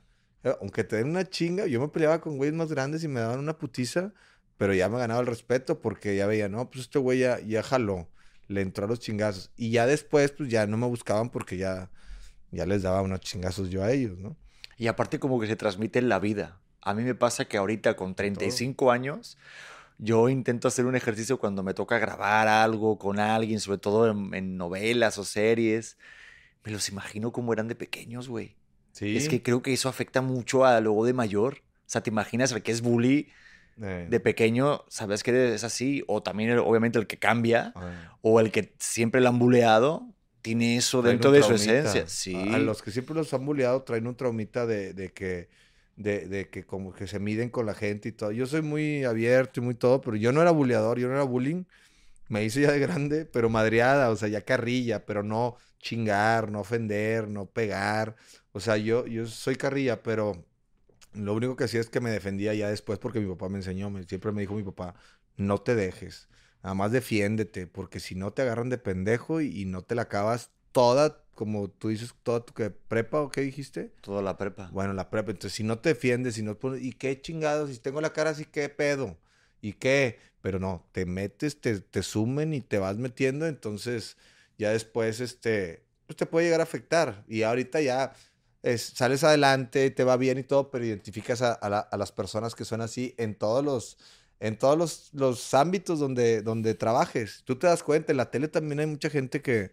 eh, aunque te den una chinga, yo me peleaba con güeyes más grandes y me daban una putiza, pero ya me ganaba el respeto porque ya veía, no, pues este güey ya, ya jaló, le entró a los chingazos. Y ya después, pues ya no me buscaban porque ya, ya les daba unos chingazos yo a ellos, ¿no? Y aparte como que se transmite en la vida. A mí me pasa que ahorita con En treinta y todo. cinco años, yo intento hacer un ejercicio cuando me toca grabar algo con alguien, sobre todo en, en novelas o series. Me los imagino como eran de pequeños, güey. Es que Sí. creo que eso afecta mucho a luego de mayor. O sea, te imaginas el que es bully Eh, de pequeño, sabes que es así, o también el- obviamente el que cambia, eh, o el que siempre le han buleado, tiene eso traen dentro un de su esencia. traumita. A, a Sí, los que siempre los han bulleado traen un traumita de, de que, de, de que como que se miden con la gente y todo. Yo soy muy abierto y muy todo, pero yo no era bulleador, yo no era bullying. Me hice ya de grande, pero madreada, o sea, ya carrilla, pero no chingar, no ofender, no pegar. O sea, yo, yo soy carrilla, pero lo único que hacía es que me defendía ya después porque mi papá me enseñó, me- siempre me dijo mi papá, no te dejes, nada más defiéndete, porque si no te agarran de pendejo y, y no te la acabas toda, como tú dices, toda tu que prepa o qué dijiste. toda la prepa. Bueno, la prepa, entonces si no te defiendes, si no pones, ¿y qué chingados? Si tengo la cara así, ¿qué pedo? ¿Y qué? Pero no, te metes, te, te sumen y te vas metiendo, entonces ya después, este, pues te puede llegar a afectar. Y ahorita ya es, sales adelante, te va bien y todo, pero identificas a, a la- a las personas que son así en todos los, en todos los, los ámbitos donde, donde trabajes. Tú te das cuenta, en la tele también hay mucha gente que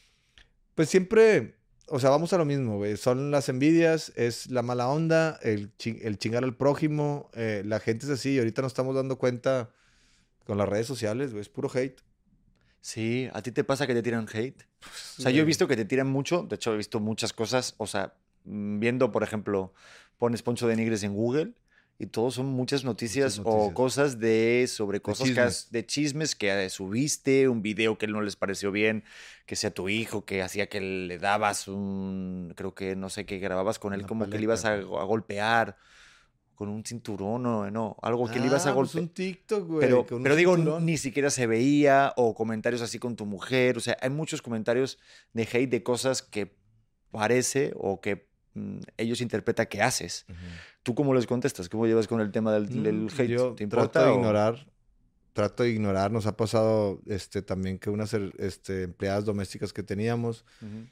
pues siempre, o sea, vamos a lo mismo, güey. Son las envidias, es la mala onda, el, chi- el chingar al prójimo. Eh, la gente es así y ahorita nos estamos dando cuenta con las redes sociales, güey. Es puro hate. Sí, ¿a ti te pasa que te tiran hate? O sea, yo he Güey, visto que te tiran mucho, de hecho he visto muchas cosas, o sea, mm, viendo, por ejemplo, pones Poncho de Nigres en Google y todo son muchas muchas noticias o noticias. cosas de sobre De cosas que has, chismes. de chismes que eh, subiste, un video que no les pareció bien, que sea tu hijo, que hacía que le dabas un, creo que no sé, que grababas con él Una como que le paleta, ibas a, a güey. golpear con un cinturón o no, algo que le ibas a Ah, pues golpear. un TikTok, güey, Pero, con un pero digo, n- cinturón. ni siquiera se veía, o comentarios así con tu mujer. O sea, hay muchos comentarios de hate de cosas que parece o que mm, ellos interpretan que haces. Ujú. ¿Tú cómo les contestas? ¿Cómo llevas con el tema del, No, del pues hate? yo ¿Te trato de importa o...? ignorar, trato de ignorar. Nos ha pasado este, también que unas er- este, empleadas domésticas que teníamos Ujú.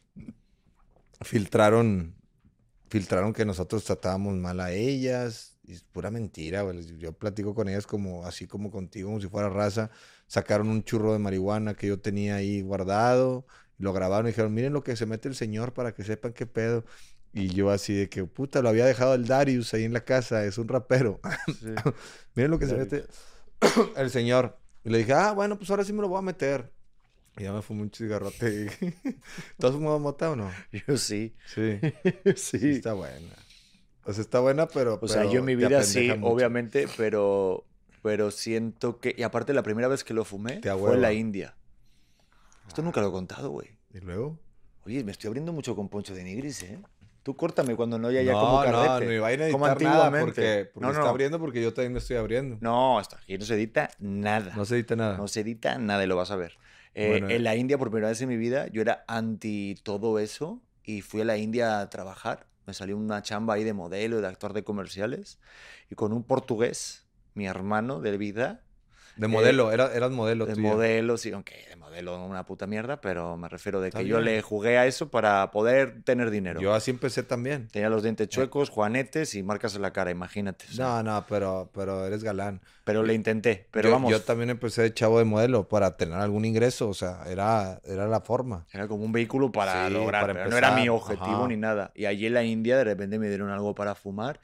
filtraron filtraron que nosotros tratábamos mal a ellas. Y es pura mentira, güey. Yo platico con ellas como, así como contigo, como si fuera raza. Sacaron un churro de marihuana que yo tenía ahí guardado. Lo grabaron y dijeron, miren lo que se mete el señor para que sepan qué pedo. Y yo así de que, puta, lo había dejado el Darius ahí en la casa, es un rapero. Sí, Miren lo que se Darius. mete el señor. Y le dije, ah, bueno, pues ahora sí me lo voy a meter. Y ya me fumé un cigarrote. Y... ¿Tú has fumado mota o no? Yo sí. Sí. Sí, Sí. está buena. O sea, está buena, pero, O sea, yo en pero mi te vida apendeja sí, mucho. obviamente, pero, pero siento que... Y aparte, la primera vez que lo fumé Te fue en la ahueva. India. Esto nunca lo he Ah, contado, güey. ¿y luego? Oye, me estoy abriendo mucho con Poncho de Nigris, ¿eh? Tú córtame cuando no haya ya como No, no, no carrete, iba a como editar nada antiguamente. porque, porque No, está no, abriendo porque yo también me estoy abriendo. no, hasta aquí no se edita No nada. se edita No nada. se edita nada y lo vas a ver. Eh, Bueno, en eh, la India, por primera vez en mi vida, yo era anti todo eso y fui a la India a trabajar. Me salió una chamba ahí de modelo, de actor de comerciales y con un portugués, mi hermano de vida. de eh, modelo, era, eras modelo De tú ya. modelo, sí, aunque de modelo una puta mierda, pero me refiero de Está que yo le bien. jugué a eso para poder tener dinero. Yo así empecé también. Tenía los dientes Eh, chuecos, juanetes y marcas en la cara, imagínate. O sea, no, no, pero, pero eres galán. pero Yo, le intenté. Pero yo, yo vamos, también empecé de chavo de modelo para tener algún ingreso. O sea, era, era la forma. era como un vehículo para Sí, lograr, para pero no era mi empezar. objetivo ni Ajá. nada. Y allí en la India de repente me dieron algo para fumar.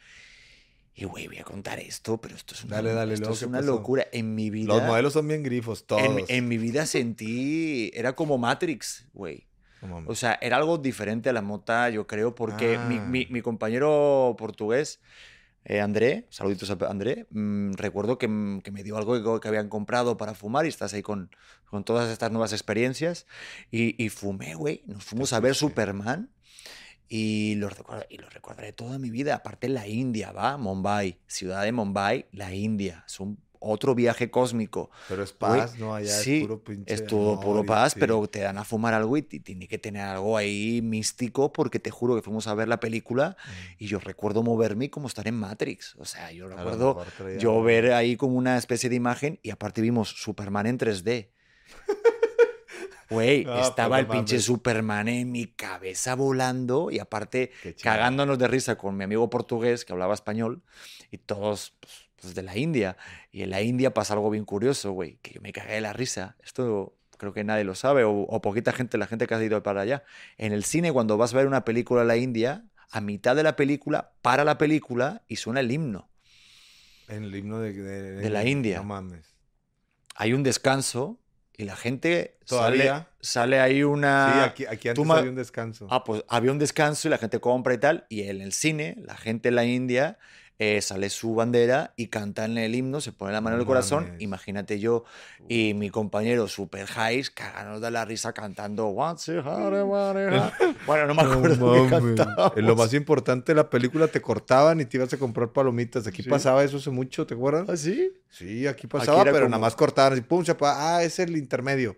Y güey, voy a contar esto, pero esto es una, Dale, dale, esto luego, es ¿qué una pasó? locura. En mi Los vida, modelos son bien grifos, en, mi- todos. en mi vida sentí, era como Matrix, güey. No O mames. sea, era algo diferente a la mota, yo creo, porque mi, Ah, mi- mi compañero portugués, eh, André, saluditos a André, mm, recuerdo que, mm, que me dio algo que, que habían comprado para fumar y estás ahí con, con todas estas nuevas experiencias. Y, y fumé, güey. Nos te fuimos a ver fuiste. Superman y lo, recuerdo, y lo recordaré toda mi vida. Aparte, la India, ¿va? Mumbai, ciudad de Mumbai, la India. Es un otro viaje cósmico. Pero es Güey, paz, ¿no? Allá sí, es puro pinche es todo amor puro y- paz, sí. pero te dan a fumar algo y, y tiene que tener algo ahí místico, porque te juro que fuimos a ver la película Mm. y yo recuerdo moverme y como estar en Matrix. O sea, yo A lo recuerdo mejor traía yo algo. ver ahí como una especie de imagen y aparte vimos Superman en tres D. Güey, No, pues estaba no el pinche mames. Superman en mi cabeza volando y aparte Qué chingón. cagándonos de risa con mi amigo portugués que hablaba español y todos pues, pues, de la India. Y en la India pasa algo bien curioso, güey, que yo me cagué de la risa. Esto creo que nadie lo sabe o, o poquita gente, la gente que ha ido para allá. En el cine, cuando vas a ver una película en la India, a mitad de la película, para la película y suena el himno En el himno de, de, de la India. No mames. Hay un descanso y la gente ¿Todavía? sale, sale ahí una... Sí, aquí, aquí antes tú ma- había un descanso. Ah, pues había un descanso y la gente compra y tal. Y en el cine, la gente en la India eh, sale su bandera y cantan el himno, se pone la mano No en el corazón. mames. Imagínate yo y mi compañero super highs caganos de la risa cantando What's it, hare, hare, hare. Bueno, no me acuerdo qué mames. cantábamos. En lo más importante de la película te cortaban y te ibas a comprar palomitas. Aquí Sí. pasaba eso hace mucho, ¿te acuerdas? ¿Ah, sí? Sí, aquí pasaba, era pero como- nada más cortaban y pum, se apagaba. Ah, es el intermedio.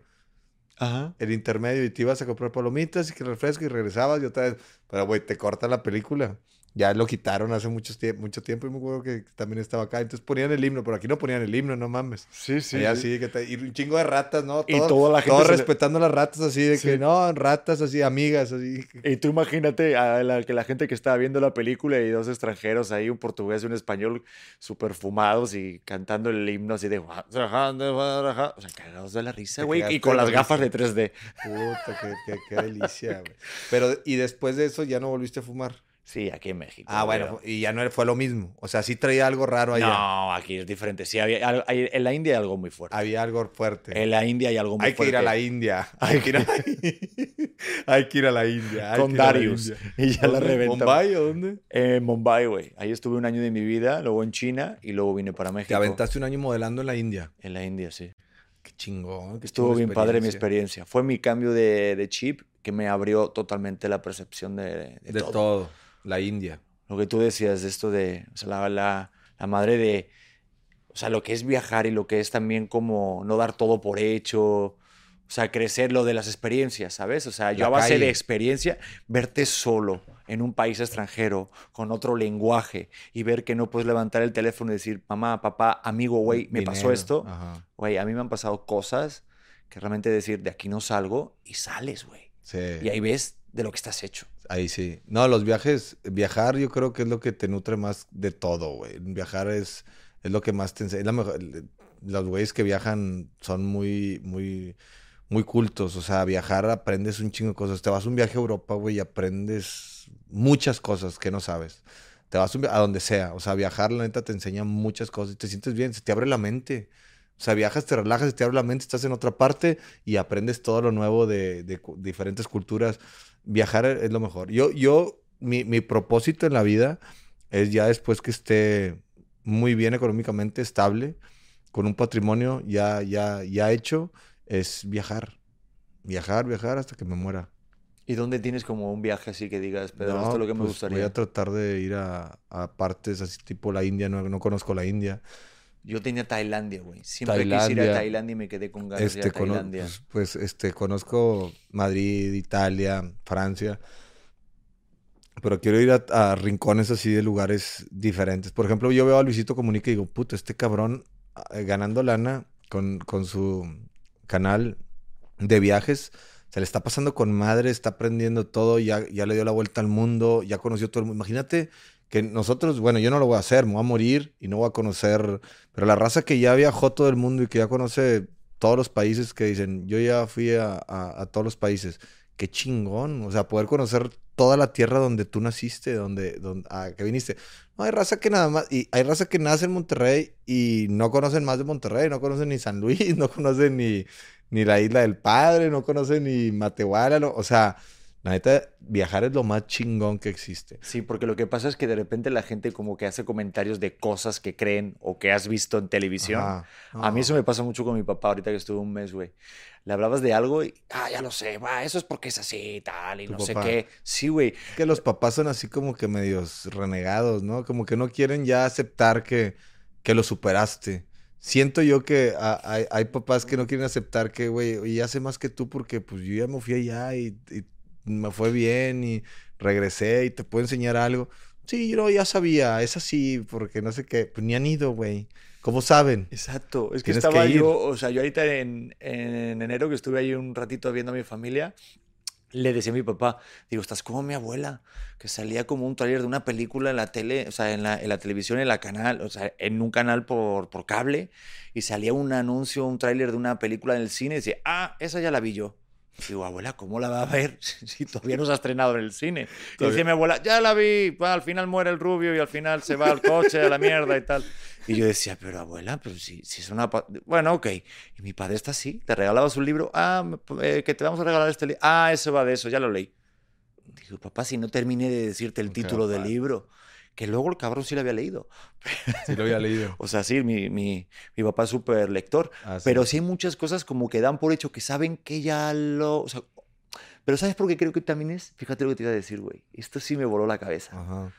Ajá. El intermedio y te ibas a comprar palomitas y que refresco y regresabas y otra vez. Pero, güey, te corta la película. Ya lo quitaron hace mucho, tie- mucho tiempo y me acuerdo que también estaba acá. Entonces ponían el himno, pero aquí no ponían el himno, no mames. Sí, sí. Allá sí. sí, que te- y un chingo de ratas, ¿no? Y Todo- toda la gente todos se le- respetando las ratas así, de Sí. que no, ratas así, amigas, así. Y tú imagínate a la, que la gente que estaba viendo la película y dos extranjeros ahí, un portugués y un español, súper fumados y cantando el himno así de... O sea, cagados de la risa, Te güey. cagaste Y con de la las gafas risa. de tres D. Puta, qué, qué, qué delicia, güey. Pero, y después de eso ya no volviste a fumar. Sí, aquí en México. Ah, bueno, pero- y ya no fue lo mismo. O sea, sí traía algo raro allá. No, aquí es diferente. Sí, había, al- hay- en la India hay algo muy fuerte. Había algo fuerte. En la India hay algo muy Hay que fuerte. ir a la India. Hay que ir a la India. Hay que ir a la India. hay Con que ir a la Darius. India. Y ya la ¿Dónde? reventamos. ¿Bombay o dónde? En Mumbai, güey. Ahí estuve un año de mi vida, luego en China y luego vine para México. Te aventaste un año modelando en la India. En la India, sí. Qué chingón. qué Estuvo chingona bien padre mi experiencia. experiencia. Fue mi cambio de, de chip que me abrió totalmente la percepción de, de De todo. todo. La India. Lo que tú decías de esto de, o sea, la, la, la madre de, o sea, lo que es viajar y lo que es también como no dar todo por hecho, o sea, crecer lo de las experiencias, ¿sabes? O sea, yo La a base calle. de experiencia, verte solo en un país extranjero, con otro lenguaje, y ver que no puedes levantar el teléfono y decir, mamá, papá, amigo, güey, me pasó Dinero. esto. Ajá. Güey, a mí me han pasado cosas que realmente decir, de aquí no salgo, y sales, güey. Sí. Y ahí ves de lo que estás hecho. Ahí sí. No, los viajes, viajar yo creo que es lo que te nutre más de todo, güey. Viajar es, es lo que más te enseña. Es la mejor, los güeyes que viajan son muy, muy, muy cultos. O sea, viajar aprendes un chingo de cosas. Te vas a un viaje a Europa, güey, y aprendes muchas cosas que no sabes. Te vas a, un vi- a donde sea. O sea, viajar, la neta, te enseña muchas cosas y te sientes bien, se te abre la mente. O sea, viajas, te relajas, se te abre la mente, estás en otra parte y aprendes todo lo nuevo de, de cu- diferentes culturas. Viajar es lo mejor. Yo, yo, mi, mi propósito en la vida es ya después que esté muy bien económicamente, estable, con un patrimonio ya, ya, ya hecho, es viajar. Viajar, viajar hasta que me muera. ¿Y dónde tienes como un viaje así que digas, Pedro, No, esto es lo que me pues, gustaría? Voy a tratar de ir a, a partes así tipo la India, no, no conozco la India. Yo tenía Tailandia, güey. Siempre quise ir a Tailandia. Tailandia y me quedé con ganas de ir Este, a cono- Tailandia. pues, pues, este, conozco Madrid, Italia, Francia, pero quiero ir a, a rincones así de lugares diferentes. Por ejemplo, yo veo a Luisito Comunica y digo, puta, este cabrón eh, ganando lana con, con su canal de viajes, se le está pasando con madre, está aprendiendo todo, ya, ya le dio la vuelta al mundo, ya conoció todo el mundo. Imagínate que nosotros, bueno, yo no lo voy a hacer, me voy a morir y no voy a conocer, pero la raza que ya viajó todo el mundo y que ya conoce todos los países, que dicen, yo ya fui a, a- a todos los países, qué chingón, o sea, poder conocer toda la tierra donde tú naciste, donde, donde a que viniste. No, hay raza que nada más, y hay raza que nace en Monterrey y no conocen más de Monterrey, no conocen ni San Luis, no conocen ni, ni la Isla del Padre, no conocen ni Matehuala, no- o sea, la neta, viajar es lo más chingón que existe. Sí, porque lo que pasa es que de repente la gente como que hace comentarios de cosas que creen o que has visto en televisión. Ajá. A mí eso me pasa mucho con mi papá ahorita que estuve un mes, güey. Le hablabas de algo y, ah, ya lo sé, va, eso es porque es así y tal, y Tu no sé papá. qué. Sí, güey. Es que los papás son así como que medios renegados, ¿no? Como que no quieren ya aceptar que, que lo superaste. siento yo que a- hay, hay papás que no quieren aceptar que, güey, ya sé más que tú porque pues yo ya me fui allá y, y me fue bien y regresé y te puedo enseñar algo. Sí, yo ya sabía, es así, porque no sé qué, pues ni han ido, güey. ¿Cómo saben? Exacto, es que Tienes que estaba yo, ir. o sea, yo ahorita en, en enero que estuve ahí un ratito viendo a mi familia, le decía a mi papá, digo, estás como mi abuela, que salía como un tráiler de una película en la tele, o sea, en la, en la televisión, en la canal, o sea, en un canal por, por cable, y salía un anuncio, un tráiler de una película en el cine, y decía, ah, esa ya la vi yo. Digo, abuela, ¿cómo la va a ver si todavía no se ha estrenado en el cine? Y decía Todavía- mi abuela, ya la vi, va, al final muere el rubio y al final se va al coche a la mierda y tal. Y yo decía, pero abuela, pero si, si es una... pa-". Bueno, ok. Y mi padre está así, te regalabas un libro, ah, eh, que te vamos a regalar este libro, ah, eso va de eso, ya lo leí. Digo, papá, si no terminé de decirte el ¿Qué va a título del pasar? libro, que luego el cabrón sí lo había leído. Sí lo había leído. O sea, sí, mi, mi, mi papá es súper lector, Ah, pero sí. sí hay muchas cosas como que dan por hecho que saben que ya lo... O sea, pero ¿sabes por qué creo que también es? Fíjate lo que te iba a decir, güey. Esto sí me voló la cabeza. Ajá.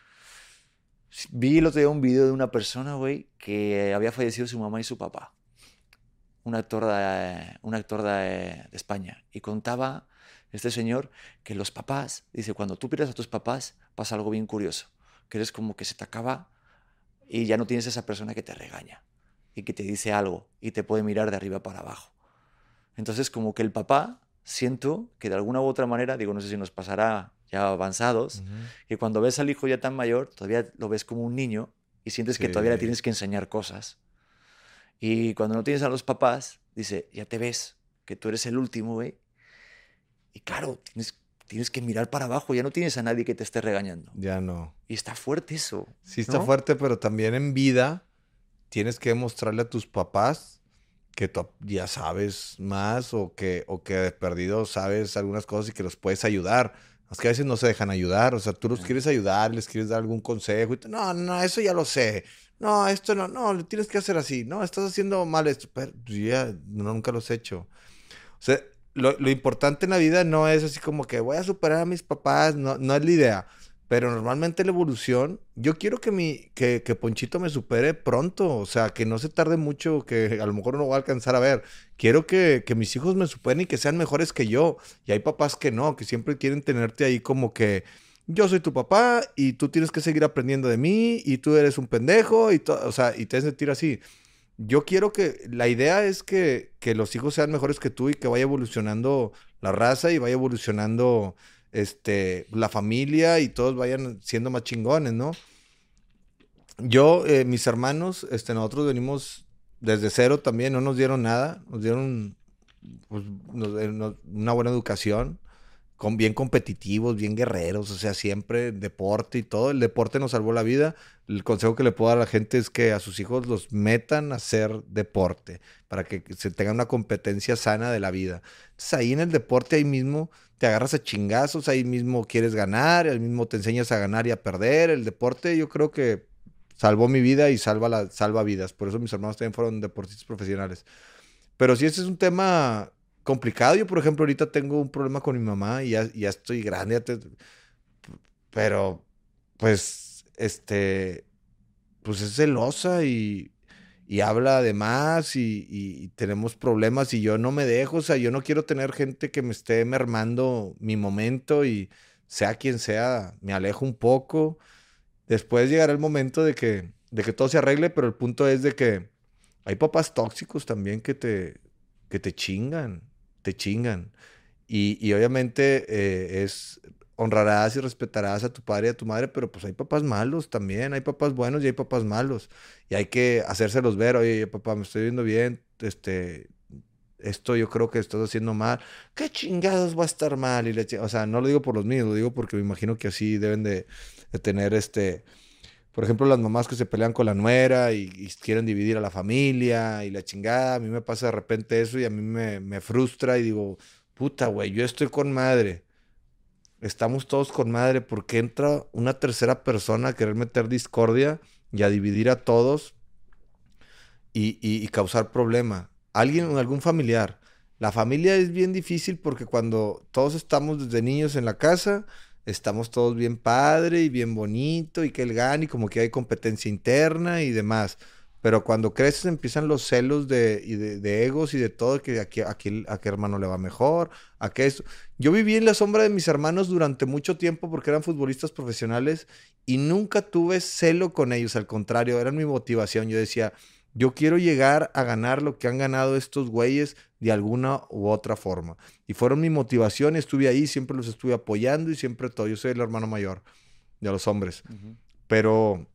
Vi el otro día un video de una persona, güey, que había fallecido su mamá y su papá. Un actor de, un actor de, de España. Y contaba este señor que los papás, dice, cuando tú pierdes a tus papás, pasa algo bien curioso. Que eres como que se te acaba y ya no tienes esa persona que te regaña y que te dice algo y te puede mirar de arriba para abajo. Entonces, como que el papá, siento que de alguna u otra manera, digo, no sé si nos pasará ya avanzados, Ujú. que cuando ves al hijo ya tan mayor, todavía lo ves como un niño y sientes que todavía le Sí. tienes que enseñar cosas. Y cuando no tienes a los papás, dice, ya te ves, que tú eres el último, güey. Y claro, tienes, tienes que mirar para abajo, ya no tienes a nadie que te esté regañando. Ya no. Y está fuerte eso, Sí está ¿no? fuerte, pero también en vida tienes que demostrarle a tus papás que tú ya sabes más o que, o que de perdido sabes algunas cosas y que los puedes ayudar. Es que a veces no se dejan ayudar, o sea, tú los Ya. quieres ayudar, les quieres dar algún consejo y tú, no, no, eso ya lo sé. No, esto no, no, lo tienes que hacer así. No, estás haciendo mal esto. Pero pues, ya, no, nunca lo has hecho. O sea, lo, lo importante en la vida no es así como que voy a superar a mis papás, no, no es la idea. Pero normalmente la evolución, yo quiero que mi, que, que Ponchito me supere pronto, o sea, que no se tarde mucho, que a lo mejor no va a alcanzar a ver. Quiero que, que mis hijos me superen y que sean mejores que yo. Y hay papás que no, que siempre quieren tenerte ahí como que yo soy tu papá y tú tienes que seguir aprendiendo de mí y tú eres un pendejo y todo, o sea, y te hacen sentir así. Yo quiero que, la idea es que, que los hijos sean mejores que tú y que vaya evolucionando la raza y vaya evolucionando este, la familia y todos vayan siendo más chingones, ¿no? Yo, eh, mis hermanos, este, nosotros venimos desde cero también, no nos dieron nada, nos dieron pues, nos- eh, nos- una buena educación, con, bien competitivos, bien guerreros, o sea, siempre deporte y todo. El deporte nos salvó la vida. El consejo que le puedo dar a la gente es que a sus hijos los metan a hacer deporte para que se tenga una competencia sana de la vida. Entonces ahí en el deporte, ahí mismo te agarras a chingazos, ahí mismo quieres ganar, ahí mismo te enseñas a ganar y a perder. El deporte yo creo que salvó mi vida y salva, la, salva vidas. Por eso mis hermanos también fueron deportistas profesionales. Pero sí, ese es un tema complicado. Yo, por ejemplo, ahorita tengo un problema con mi mamá y ya, ya estoy grande, ya te- pero pues, este, pues es celosa y, y habla de más y, y- y tenemos problemas y yo no me dejo, o sea, yo no quiero tener gente que me esté mermando mi momento y sea quien sea, me alejo un poco. Después llegará el momento de que, de que todo se arregle, pero el punto es de que hay papás tóxicos también que te, que te chingan, te chingan. Y, y obviamente eh, es honrarás y respetarás a tu padre y a tu madre, pero pues hay papás malos también, hay papás buenos y hay papás malos. Y hay que hacérselos ver, oye, papá, me estoy viendo bien, este, esto yo creo que estás haciendo mal. ¿Qué chingados va a estar mal? Y le, chi- o sea, no lo digo por los míos, lo digo porque me imagino que así deben de, de tener este por ejemplo, las mamás que se pelean con la nuera y, y quieren dividir a la familia y la chingada, a mí me pasa de repente eso y a mí me, me frustra y digo, puta, güey, yo estoy con madre, estamos todos con madre, ¿por qué entra una tercera persona a querer meter discordia y a dividir a todos y, y- y causar problema? Alguien, algún familiar. La familia es bien difícil porque cuando todos estamos desde niños en la casa, estamos todos bien padre y bien bonito y que el gane y como que hay competencia interna y demás. Pero cuando creces empiezan los celos de, y de, de egos y de todo, que aquí, aquí, a qué hermano le va mejor, a qué esto. Yo viví en la sombra de mis hermanos durante mucho tiempo porque eran futbolistas profesionales y nunca tuve celo con ellos, al contrario, eran mi motivación. Yo decía, yo quiero llegar a ganar lo que han ganado estos güeyes de alguna u otra forma. Y fueron mi motivación, estuve ahí, siempre los estuve apoyando y siempre todo. Yo soy el hermano mayor de los hombres. Uh-huh. Pero...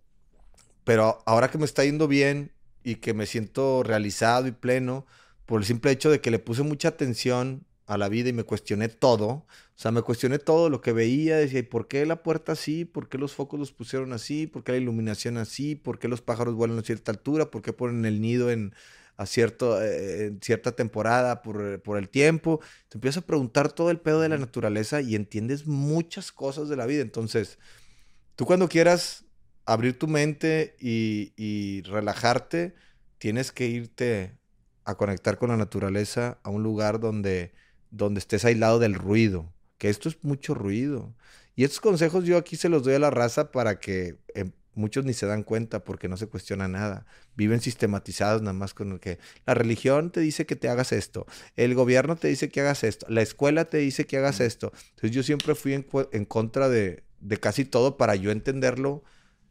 Pero ahora que me está yendo bien y que me siento realizado y pleno, por el simple hecho de que le puse mucha atención a la vida y me cuestioné todo, o sea, me cuestioné todo lo que veía, decía, ¿y por qué la puerta así? ¿Por qué los focos los pusieron así? ¿Por qué la iluminación así? ¿Por qué los pájaros vuelan a cierta altura? ¿Por qué ponen el nido en, a cierto, eh, en cierta temporada por, por el tiempo? Te empiezas a preguntar todo el pedo de la naturaleza y entiendes muchas cosas de la vida. Entonces, tú cuando quieras abrir tu mente y, y relajarte, tienes que irte a conectar con la naturaleza a un lugar donde, donde estés aislado del ruido, que esto es mucho ruido. Y estos consejos yo aquí se los doy a la raza para que eh, muchos ni se dan cuenta porque no se cuestiona nada. Viven sistematizados nada más con el que la religión te dice que te hagas esto, el gobierno te dice que hagas esto, la escuela te dice que hagas esto. Entonces yo siempre fui en, en contra de, de casi todo para yo entenderlo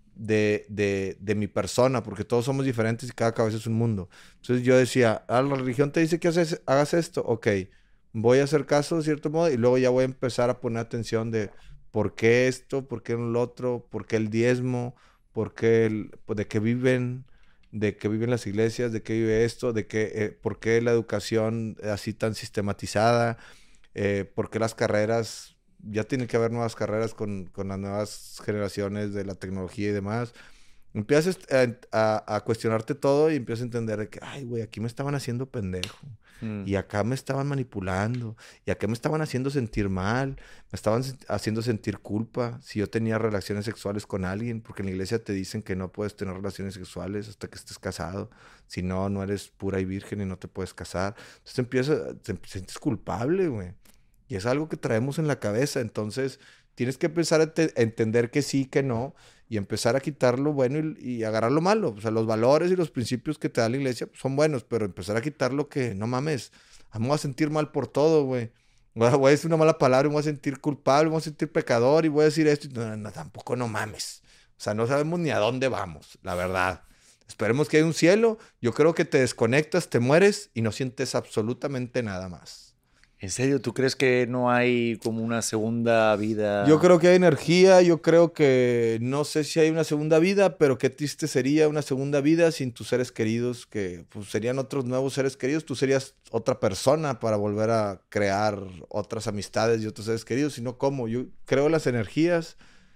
De, de, de mi persona, porque todos somos diferentes y cada cabeza es un mundo. Entonces yo decía, ah, la religión te dice que haces, hagas esto, ok, voy a hacer caso de cierto modo y luego ya voy a empezar a poner atención de por qué esto, por qué lo otro, por qué el diezmo, por qué el, pues, de qué viven, de qué viven las iglesias, de qué vive esto, de qué, eh, por qué la educación así tan sistematizada, eh, por qué las carreras... Ya tiene que haber nuevas carreras con, con las nuevas generaciones de la tecnología y demás. Empiezas a, a, a cuestionarte todo y empiezas a entender que, ay, güey, aquí me estaban haciendo pendejo. Mm. Y acá me estaban manipulando. Y acá me estaban haciendo sentir mal. Me estaban haciendo sentir culpa si yo tenía relaciones sexuales con alguien. Porque en la iglesia te dicen que no puedes tener relaciones sexuales hasta que estés casado. Si no, no eres pura y virgen y no te puedes casar. Entonces te empiezas, te sientes culpable, güey. Y es algo que traemos en la cabeza. Entonces, tienes que empezar a, te- a entender que sí, que no, y empezar a quitar lo bueno y, y agarrar lo malo. O sea, los valores y los principios que te da la iglesia pues, son buenos, pero empezar a quitar lo que, no mames, me voy a sentir mal por todo, güey. Voy a, voy a decir una mala palabra y me voy a sentir culpable, me voy a sentir pecador y voy a decir esto. Y no, no, tampoco no mames. O sea, no sabemos ni a dónde vamos, la verdad. Esperemos que haya un cielo. Yo creo que te desconectas, te mueres y no sientes absolutamente nada más. ¿En serio? ¿Tú crees que no hay como una segunda vida? Yo creo que hay energía, yo creo que no sé si hay una segunda vida, pero qué triste sería una segunda vida sin tus seres queridos, que pues, serían otros nuevos seres queridos. Tú serías otra persona para volver a crear otras amistades y otros seres queridos, sino cómo. Yo creo en las energías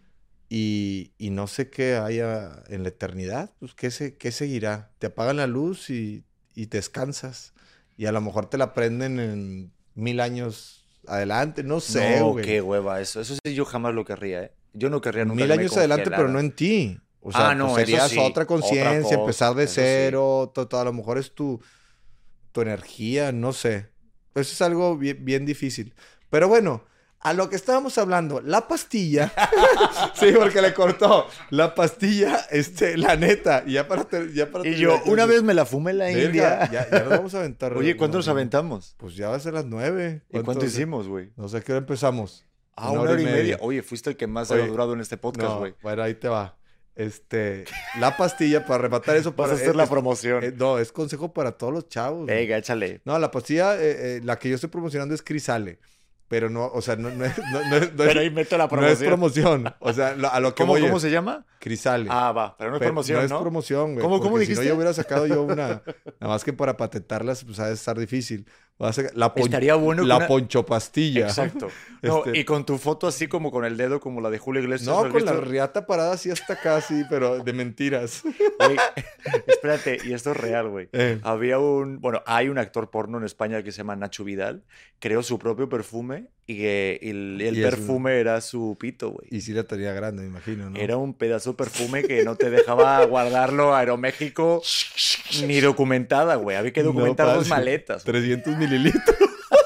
y, y no sé qué haya en la eternidad. Pues qué, se, qué seguirá. Te apagan la luz y, y te descansas. Y a lo mejor te la prenden en mil años adelante, no sé, No, güey. qué hueva eso. Eso sí yo jamás lo querría, ¿eh? Yo no querría nunca Mil que me años adelante, pero congelaran. no en ti. O sea, Ah, no, pues serías eso sí. otra conciencia, Otra cosa, empezar de eso cero, todo, todo, a lo mejor es tu, tu energía, no sé. Eso es algo bien, bien difícil. Pero bueno, a lo que estábamos hablando, la pastilla. Sí, porque le cortó. La pastilla, este, la neta. Y ya para... ter- Ya para Y yo, terminar, una yo- vez me la fumé en la Verga, India. Ya, ya nos vamos a aventar. Oye, ¿cuánto nos no, aventamos? Pues ya va a ser las nueve. ¿Y cuánto hace? hicimos, güey? No sé a qué hora empezamos. Ah, una, hora y media. Oye, fuiste el que más Oye, ha durado en este podcast, No, güey. bueno, ahí te va. Este, la pastilla para rematar eso. Vas para, a hacer la es- promoción. eh, no, es consejo para todos los chavos. güey. Venga, échale. No, la pastilla, eh, eh, la que yo estoy promocionando es Crisale. Pero no, o sea, no, no es, no, no es- no Pero es- ahí meto la no es promoción. promoción. O sea, lo- a lo que ¿Cómo, voy ¿Cómo es se llama? Crisale. Ah, va, pero no es Pero promoción, no ¿no? es promoción, güey. ¿Cómo- cómo porque dijiste? Si no, yo hubiera sacado yo una. Nada más que para patentarlas, pues ha de estar difícil. Voy a sacar la, pon- Estaría bueno que la una- ponchopastilla. Exacto. No, Este- y con tu foto así como con el dedo, como la de Julio Iglesias. No, ¿lo has con la visto? riata parada así hasta acá, sí, pero de mentiras. Güey, espérate, y esto es real, güey. Eh. Había un, bueno, hay un actor porno en España que se llama Nacho Vidal, creó su propio perfume y, que el, el Y es perfume era su pito, güey. Y sí la tenía grande, me imagino, ¿no? Era un pedazo de perfume que no te dejaba guardarlo a Aeroméxico ni documentada, güey. Había que No, documentar dos padre. maletas. güey. trescientos mililitros.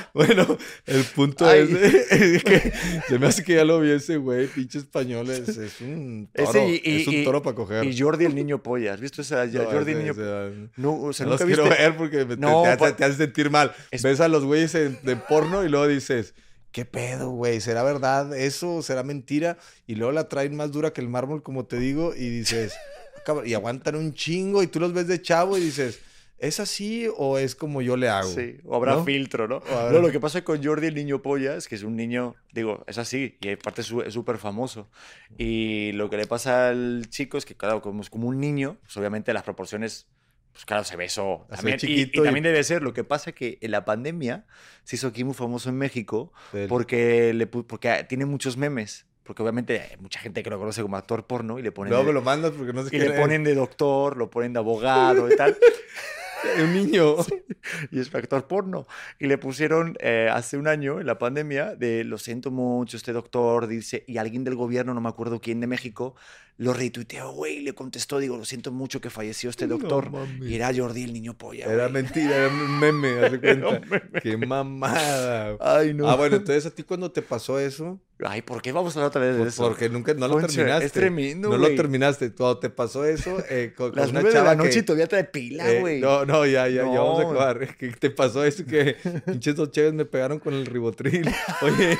Bueno, el punto Ay. es, es que se me hace que ya lo vi ese güey, pinche español, es, es un toro, Ese y, y- es un y- toro para coger. y Jordi el niño polla. ¿Has visto esa? No, Jordi el ese- niño ese, No, o sea, no los nunca quiero viste. ver porque te, No, te, hace, pa- te hace sentir mal. Es- Ves a los güeyes en- de porno y luego dices, ¿qué pedo, güey? ¿Será verdad eso? ¿Será mentira? Y luego la traen más dura que el mármol, como te digo, y dices, "Ah, cabrón", y aguantan un chingo y tú los ves de chavo y dices, ¿es así o es como yo le hago? Sí, o habrá ¿No? filtro, ¿no? O habrá- No, lo que pasa con Jordi el niño polla es que es un niño, digo, es así, y aparte es su- es súper famoso. Y lo que le pasa al chico es que, claro, como es como un niño, pues obviamente las proporciones, pues claro, se besó Así también. Y, chiquito y y- también debe ser. Lo que pasa es que en la pandemia se hizo aquí muy famoso en México Del- porque, le, pu- porque tiene muchos memes. Porque obviamente hay mucha gente que lo conoce como actor porno y le ponen, Luego me de, lo mandas porque no sé y quién le es. ponen de doctor, lo ponen de abogado y tal. Un niño. Y es actor porno. Y le pusieron eh, hace un año, en la pandemia, de lo siento mucho, este doctor, dice, y alguien del gobierno, no me acuerdo quién de México, lo retuiteó, güey, y le contestó, digo, lo siento mucho que falleció este No doctor. mames. Y era Jordi el niño polla, Era güey. mentira, era un meme, haz de Era cuenta. un meme. Qué mamada. Ay, no. Ah, bueno, entonces a ti cuando te pasó eso, Ay, ¿por qué vamos a hablar otra vez de por- eso? porque nunca no lo Concha, terminaste. es tremendo, No güey. lo terminaste. Cuando te pasó eso, eh, con, con Las una nueve de chava la noche que, y todavía trae pila, eh, güey. no, no, ya, ya, ya vamos a No. acabar. ¿Qué te pasó eso que pinches dos chéves me pegaron con el ribotril? Oye,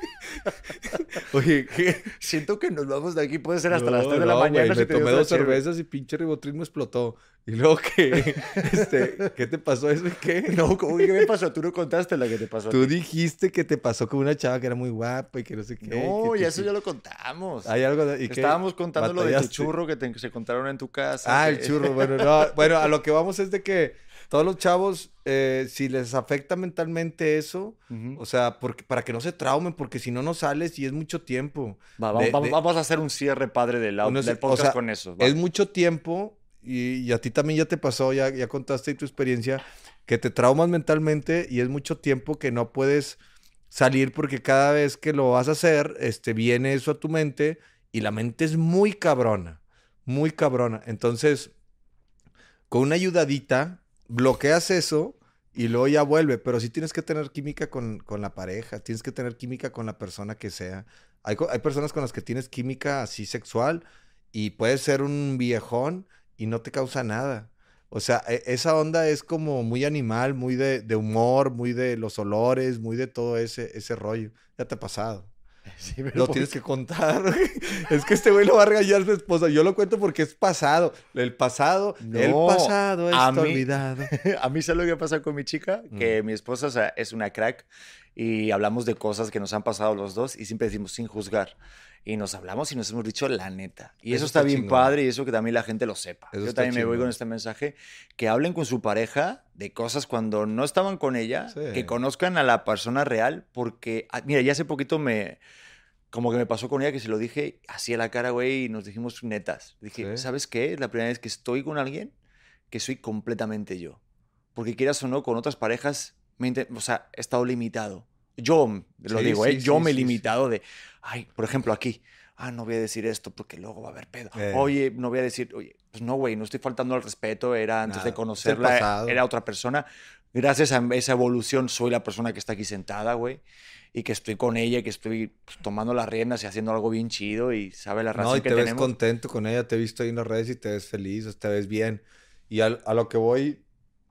oye, ¿qué? Siento que nos vamos de aquí, puede ser hasta No, las tres de la no, mañana. güey, si me te dio tomé otra dos cheve. cervezas y pinche ribotril me explotó. Y luego que, este, ¿qué te pasó eso y qué? No, ¿cómo que me pasó? Tú no contaste la que te pasó. a Tú ti. dijiste que te pasó con una chava que era muy guapa y que no sé qué. No, que ya te- eso ya lo contamos. Hay algo de, y que Estábamos contando lo de tu batallaste. churro que, te- que se contaron en tu casa. Ah, que- el churro. Bueno, no, bueno, a lo que vamos es de que todos los chavos, eh, si les afecta mentalmente eso, Ujú. o sea, porque, para que no se traumen, porque si no, no sales y es mucho tiempo. Va, vamos, de- vamos- de- vamos a hacer un cierre padre del, au- Uno es- del o podcast sea, con eso. va. Es mucho tiempo y, y a ti también ya te pasó, ya, ya contaste tu experiencia, que te traumas mentalmente y es mucho tiempo que no puedes salir porque cada vez que lo vas a hacer, este, viene eso a tu mente y la mente es muy cabrona, muy cabrona. Entonces, con una ayudadita, bloqueas eso y luego ya vuelve, pero sí tienes que tener química con, con la pareja, tienes que tener química con la persona que sea. Hay, co- hay personas con las que tienes química así sexual y puedes ser un viejón y no te causa nada. O sea, e- esa onda es como muy animal, muy de, de humor, muy de los olores, muy de todo ese, ese rollo. Ya te ha pasado. Sí, pero Lo ¿por tienes qué? que contar. Es que este güey lo va a regañar a su esposa. Yo lo cuento porque es pasado. El pasado, el No, pasado a está mí- olvidado. A mí, ¿sabes lo que pasa con mi chica? Que Mm. mi esposa, o sea, es una crack y hablamos de cosas que nos han pasado los dos y siempre decimos sin juzgar. Y nos hablamos y nos hemos dicho la neta. Y eso, Eso está, está bien chingón. padre y eso que también la gente lo sepa. Eso Yo está también me voy chingón. con este mensaje. Que hablen con su pareja de cosas cuando no estaban con ella. Sí. Que conozcan a la persona real. Porque, ah, mira, ya hace poquito me... Como que me pasó con ella que se lo dije así a la cara, güey, y nos dijimos netas. Dije, Sí. ¿sabes qué? Es la primera vez que estoy con alguien que soy completamente yo. Porque quieras o no, con otras parejas, me inte- o sea, he estado limitado. Yo, lo Sí, digo, sí, ¿eh? Yo sí, me he sí, sí. limitado de, ay, por ejemplo, aquí, ah, no voy a decir esto porque luego va a haber pedo. Eh. Oye, no voy a decir, oye, pues no, güey, no estoy faltando al respeto, era antes Nada, de es el conocerla, pasado. era otra persona. Gracias a esa evolución soy la persona que está aquí sentada, güey. Y que estoy con ella, y que estoy pues, tomando las riendas y haciendo algo bien chido y sabe la razón No, y que te ves tenemos. contento con ella. Te he visto ahí en las redes y te ves feliz, te ves bien. Y al- a lo que voy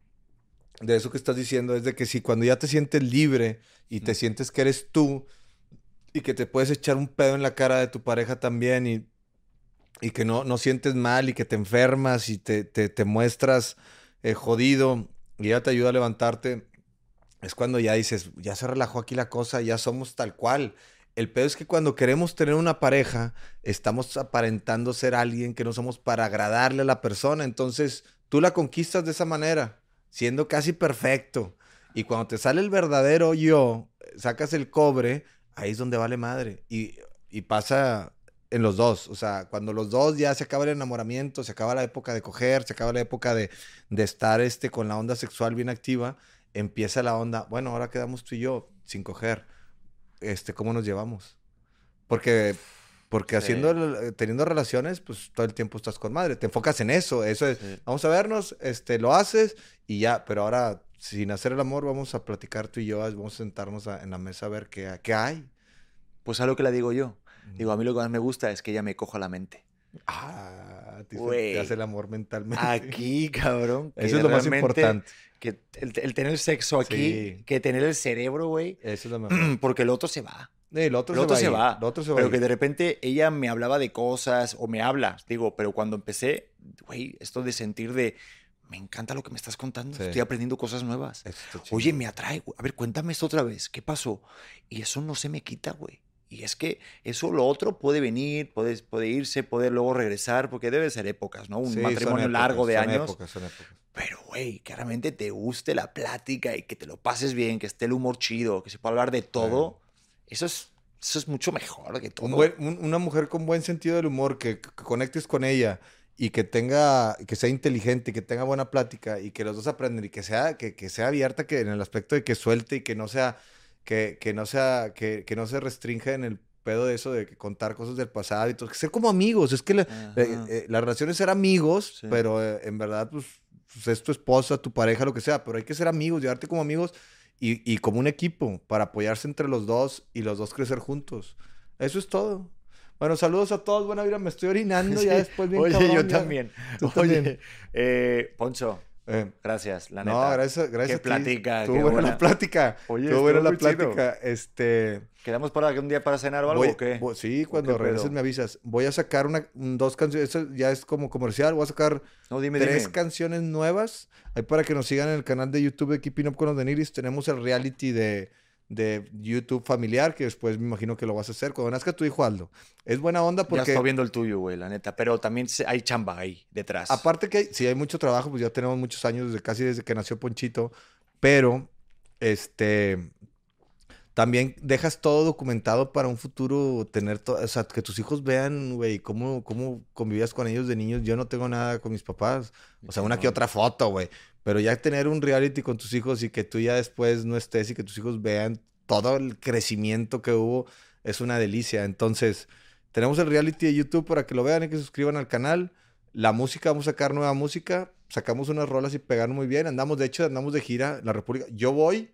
de eso que estás diciendo es de que si cuando ya te sientes libre y te Mm. sientes que eres tú y que te puedes echar un pedo en la cara de tu pareja también y, y que no, no sientes mal y que te enfermas y te, te, te muestras eh, jodido y ella te ayuda a levantarte, es cuando ya dices, ya se relajó aquí la cosa, ya somos tal cual. El pedo es que cuando queremos tener una pareja, estamos aparentando ser alguien que no somos para agradarle a la persona. Entonces, tú la conquistas de esa manera, siendo casi perfecto. Y cuando te sale el verdadero yo, sacas el cobre, ahí es donde vale madre. Y, y pasa en los dos. O sea, cuando los dos ya se acaba el enamoramiento, se acaba la época de coger, se acaba la época de, de estar este, con la onda sexual bien activa, empieza la onda, bueno, ahora quedamos tú y yo sin coger. Este, ¿cómo nos llevamos? Porque Porque Sí. haciendo, teniendo relaciones, pues todo el tiempo estás con madre. Te enfocas en eso. Eso es, Sí. vamos a vernos, este, lo haces y ya. Pero ahora, sin hacer el amor, vamos a platicar tú y yo. Vamos a sentarnos a- en la mesa a ver qué, qué hay. Pues a lo que le digo yo. Digo, a mí lo que más me gusta es que ella me coja la mente. Ah, te, Güey. te hace el amor mentalmente. Aquí, cabrón. que Eso es lo más realmente- importante. Que el, el tener sexo aquí, Sí. que tener el cerebro, güey. Eso es lo mejor. Porque el otro se va. El otro, El se, otro va se a ir, va. el otro se va Pero a que ir. de repente ella me hablaba de cosas, o me habla, digo, pero cuando empecé, güey, esto de sentir de, me encanta lo que me estás contando, Sí. estoy aprendiendo cosas nuevas. Eso está chido. Oye, me atrae, güey. A ver, cuéntame esto otra vez, ¿qué pasó? Y eso no se me quita, güey. Y es que eso, lo otro puede venir, puede, puede irse, puede luego regresar, porque debe ser épocas, ¿no? Un Sí, son matrimonio épocas, largo de son años. épocas, son épocas. Pero, güey, que realmente te guste la plática y que te lo pases bien, que esté el humor chido, que se pueda hablar de todo, eso es, eso es mucho mejor que todo. Un buen- un- una mujer con buen sentido del humor, que, que conectes con ella y que tenga, que sea inteligente, que tenga buena plática y que los dos aprendan y que sea, que, que sea abierta, que en el aspecto de que suelte y que no sea, que, que no sea, que, que no se restrinja en el pedo de eso de que contar cosas del pasado y todo, que ser como amigos, es que la, Ajá. eh, eh, la relación es ser amigos, Sí. pero eh, en verdad, pues, pues, es tu esposa, tu pareja, lo que sea, pero hay que ser amigos, llevarte como amigos y, y como un equipo para apoyarse entre los dos y los dos crecer juntos. Eso es todo. Bueno, saludos a todos. Buena vida, me estoy orinando ya Sí. después bien Oye, cabrón, yo ya. también. Tú Oye, también. eh, Poncho, Eh, gracias, la no, neta. gracias, gracias Qué a ti. plática, Estuvo qué buena buena. la plática. Oye, Estuvo buena estuvo la muy chido. plática. Este... ¿Quedamos para un día para cenar o algo Voy- o qué? voy- sí, ¿O cuando qué regreses pedo? me avisas. Voy a sacar una, un- dos canciones. Eso ya es como comercial. Voy a sacar No, dime, tres dime. canciones nuevas. Ahí para que nos sigan en el canal de YouTube de Keeping Up con los Deniris. Tenemos el reality de, de YouTube familiar, que después me imagino que lo vas a hacer. Cuando nazca tu hijo, Aldo. Es buena onda Ya porque... estoy viendo el tuyo, güey, la neta. Pero también se- hay chamba ahí detrás. Aparte que hay, sí hay mucho trabajo, pues ya tenemos muchos años, desde casi desde que nació Ponchito, pero este también dejas todo documentado para un futuro tener todo, o sea, que tus hijos vean, güey, cómo, cómo convivías con ellos de niños. Yo no tengo nada con mis papás, o sea, una que otra foto, güey, pero ya tener un reality con tus hijos y que tú ya después no estés y que tus hijos vean todo el crecimiento que hubo, es una delicia. Entonces, tenemos el reality de YouTube para que lo vean y que se suscriban al canal. La música, vamos a sacar nueva música. Sacamos unas rolas y pegaron muy bien. Andamos, de hecho, andamos de gira en la República. Yo voy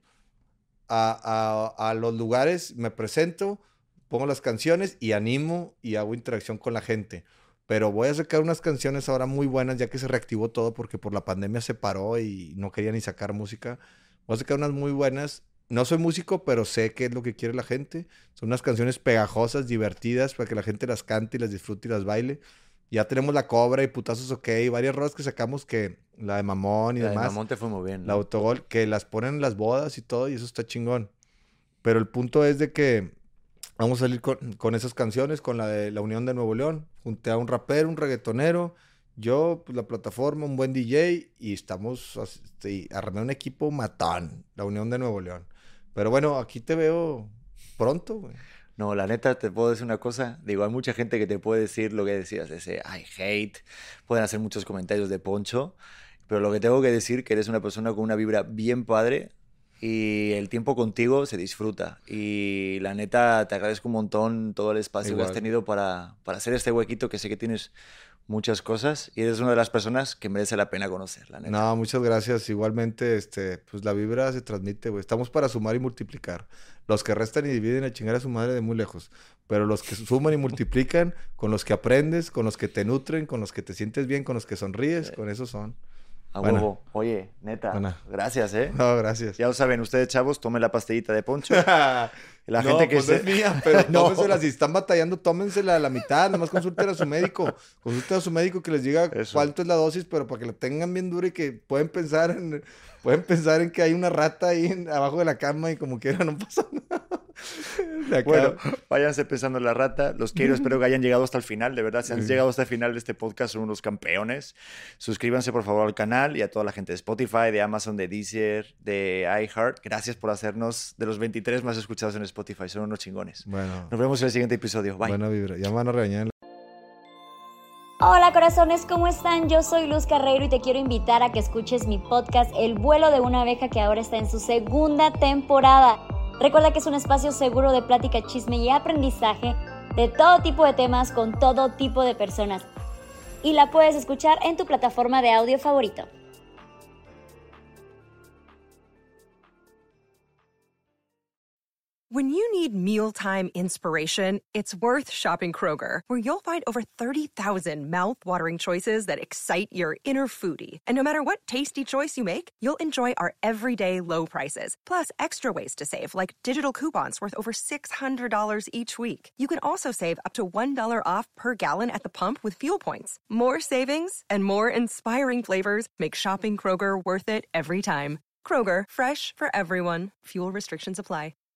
a, a, a los lugares, me presento, pongo las canciones y animo y hago interacción con la gente. Pero voy a sacar unas canciones ahora muy buenas, ya que se reactivó todo porque por la pandemia se paró y no quería ni sacar música. Voy a sacar unas muy buenas. No soy músico, pero sé qué es lo que quiere la gente. Son unas canciones pegajosas, divertidas, para que la gente las cante y las disfrute y las baile. Ya tenemos La Cobra y Putazos OK, varias rolas que sacamos, que la de Mamón y La de demás, Mamón te fue muy bien, la ¿no? Autogol, que las ponen en las bodas y todo, y eso está chingón. Pero el punto es de que vamos a salir con, con esas canciones, con la de La Unión de Nuevo León. Junté a un rapero, un reggaetonero, yo, pues la plataforma, un buen D J, y estamos, este, armé un equipo matón, La Unión de Nuevo León. Pero bueno, aquí te veo pronto, güey. No, la neta, te puedo decir una cosa. Digo, hay mucha gente que te puede decir lo que decías, ese I hate. Pueden hacer muchos comentarios de Poncho. Pero lo que tengo que decir que eres una persona con una vibra bien padre y el tiempo contigo se disfruta. Y la neta, te agradezco un montón todo el espacio Igual. que has tenido para, para hacer este huequito, que sé que tienes muchas cosas y eres una de las personas que merece la pena conocer, la neta. No, muchas gracias. Igualmente, este, pues la vibra se transmite, güey. Estamos para sumar y multiplicar. Los que restan y dividen a chingar a su madre de muy lejos. Pero los que suman y multiplican, con los que aprendes, con los que te nutren, con los que te sientes bien, con los que sonríes, Sí. con esos son. A Buena. huevo. Oye, neta, Buena. gracias, ¿eh? No, gracias. Ya lo saben, ustedes, chavos, tomen la pastillita de Poncho. La La gente gente que pues se- no es mía, pero No. tómensela. Si están batallando, tómensela a la mitad. Nada más consulten a su médico. Consulten a su médico que les diga Eso. cuánto es la dosis, pero para que la tengan bien dura y que pueden pensar en, pueden pensar en que hay una rata ahí en- abajo de la cama y como quiera no pasa nada. De acá. Bueno, váyanse pensando en la rata. Los quiero, espero que hayan llegado hasta el final. De verdad, si han Sí. llegado hasta el final de este podcast, son unos campeones. Suscríbanse, por favor, al canal y a toda la gente de Spotify, de Amazon, de Deezer, de iHeart. Gracias por hacernos de los veintitrés más escuchados en Spotify. Son unos chingones. Bueno, Nos vemos en el siguiente episodio. Bye. buena vibra. Ya me van a regañar. en la- Hola corazones, ¿cómo están? Yo soy Luz Carreiro y te quiero invitar a que escuches mi podcast El vuelo de una abeja, que ahora está en su segunda temporada. Recuerda que es un espacio seguro de plática, chisme y aprendizaje de todo tipo de temas con todo tipo de personas. Y la puedes escuchar en tu plataforma de audio favorito. When you need mealtime inspiration, it's worth shopping Kroger, where you'll find over thirty thousand mouth-watering choices that excite your inner foodie. And no matter what tasty choice you make, you'll enjoy our everyday low prices, plus extra ways to save, like digital coupons worth over six hundred dollars each week. You can also save up to one dollar off per gallon at the pump with fuel points. More savings and more inspiring flavors make shopping Kroger worth it every time. Kroger, fresh for everyone. Fuel restrictions apply.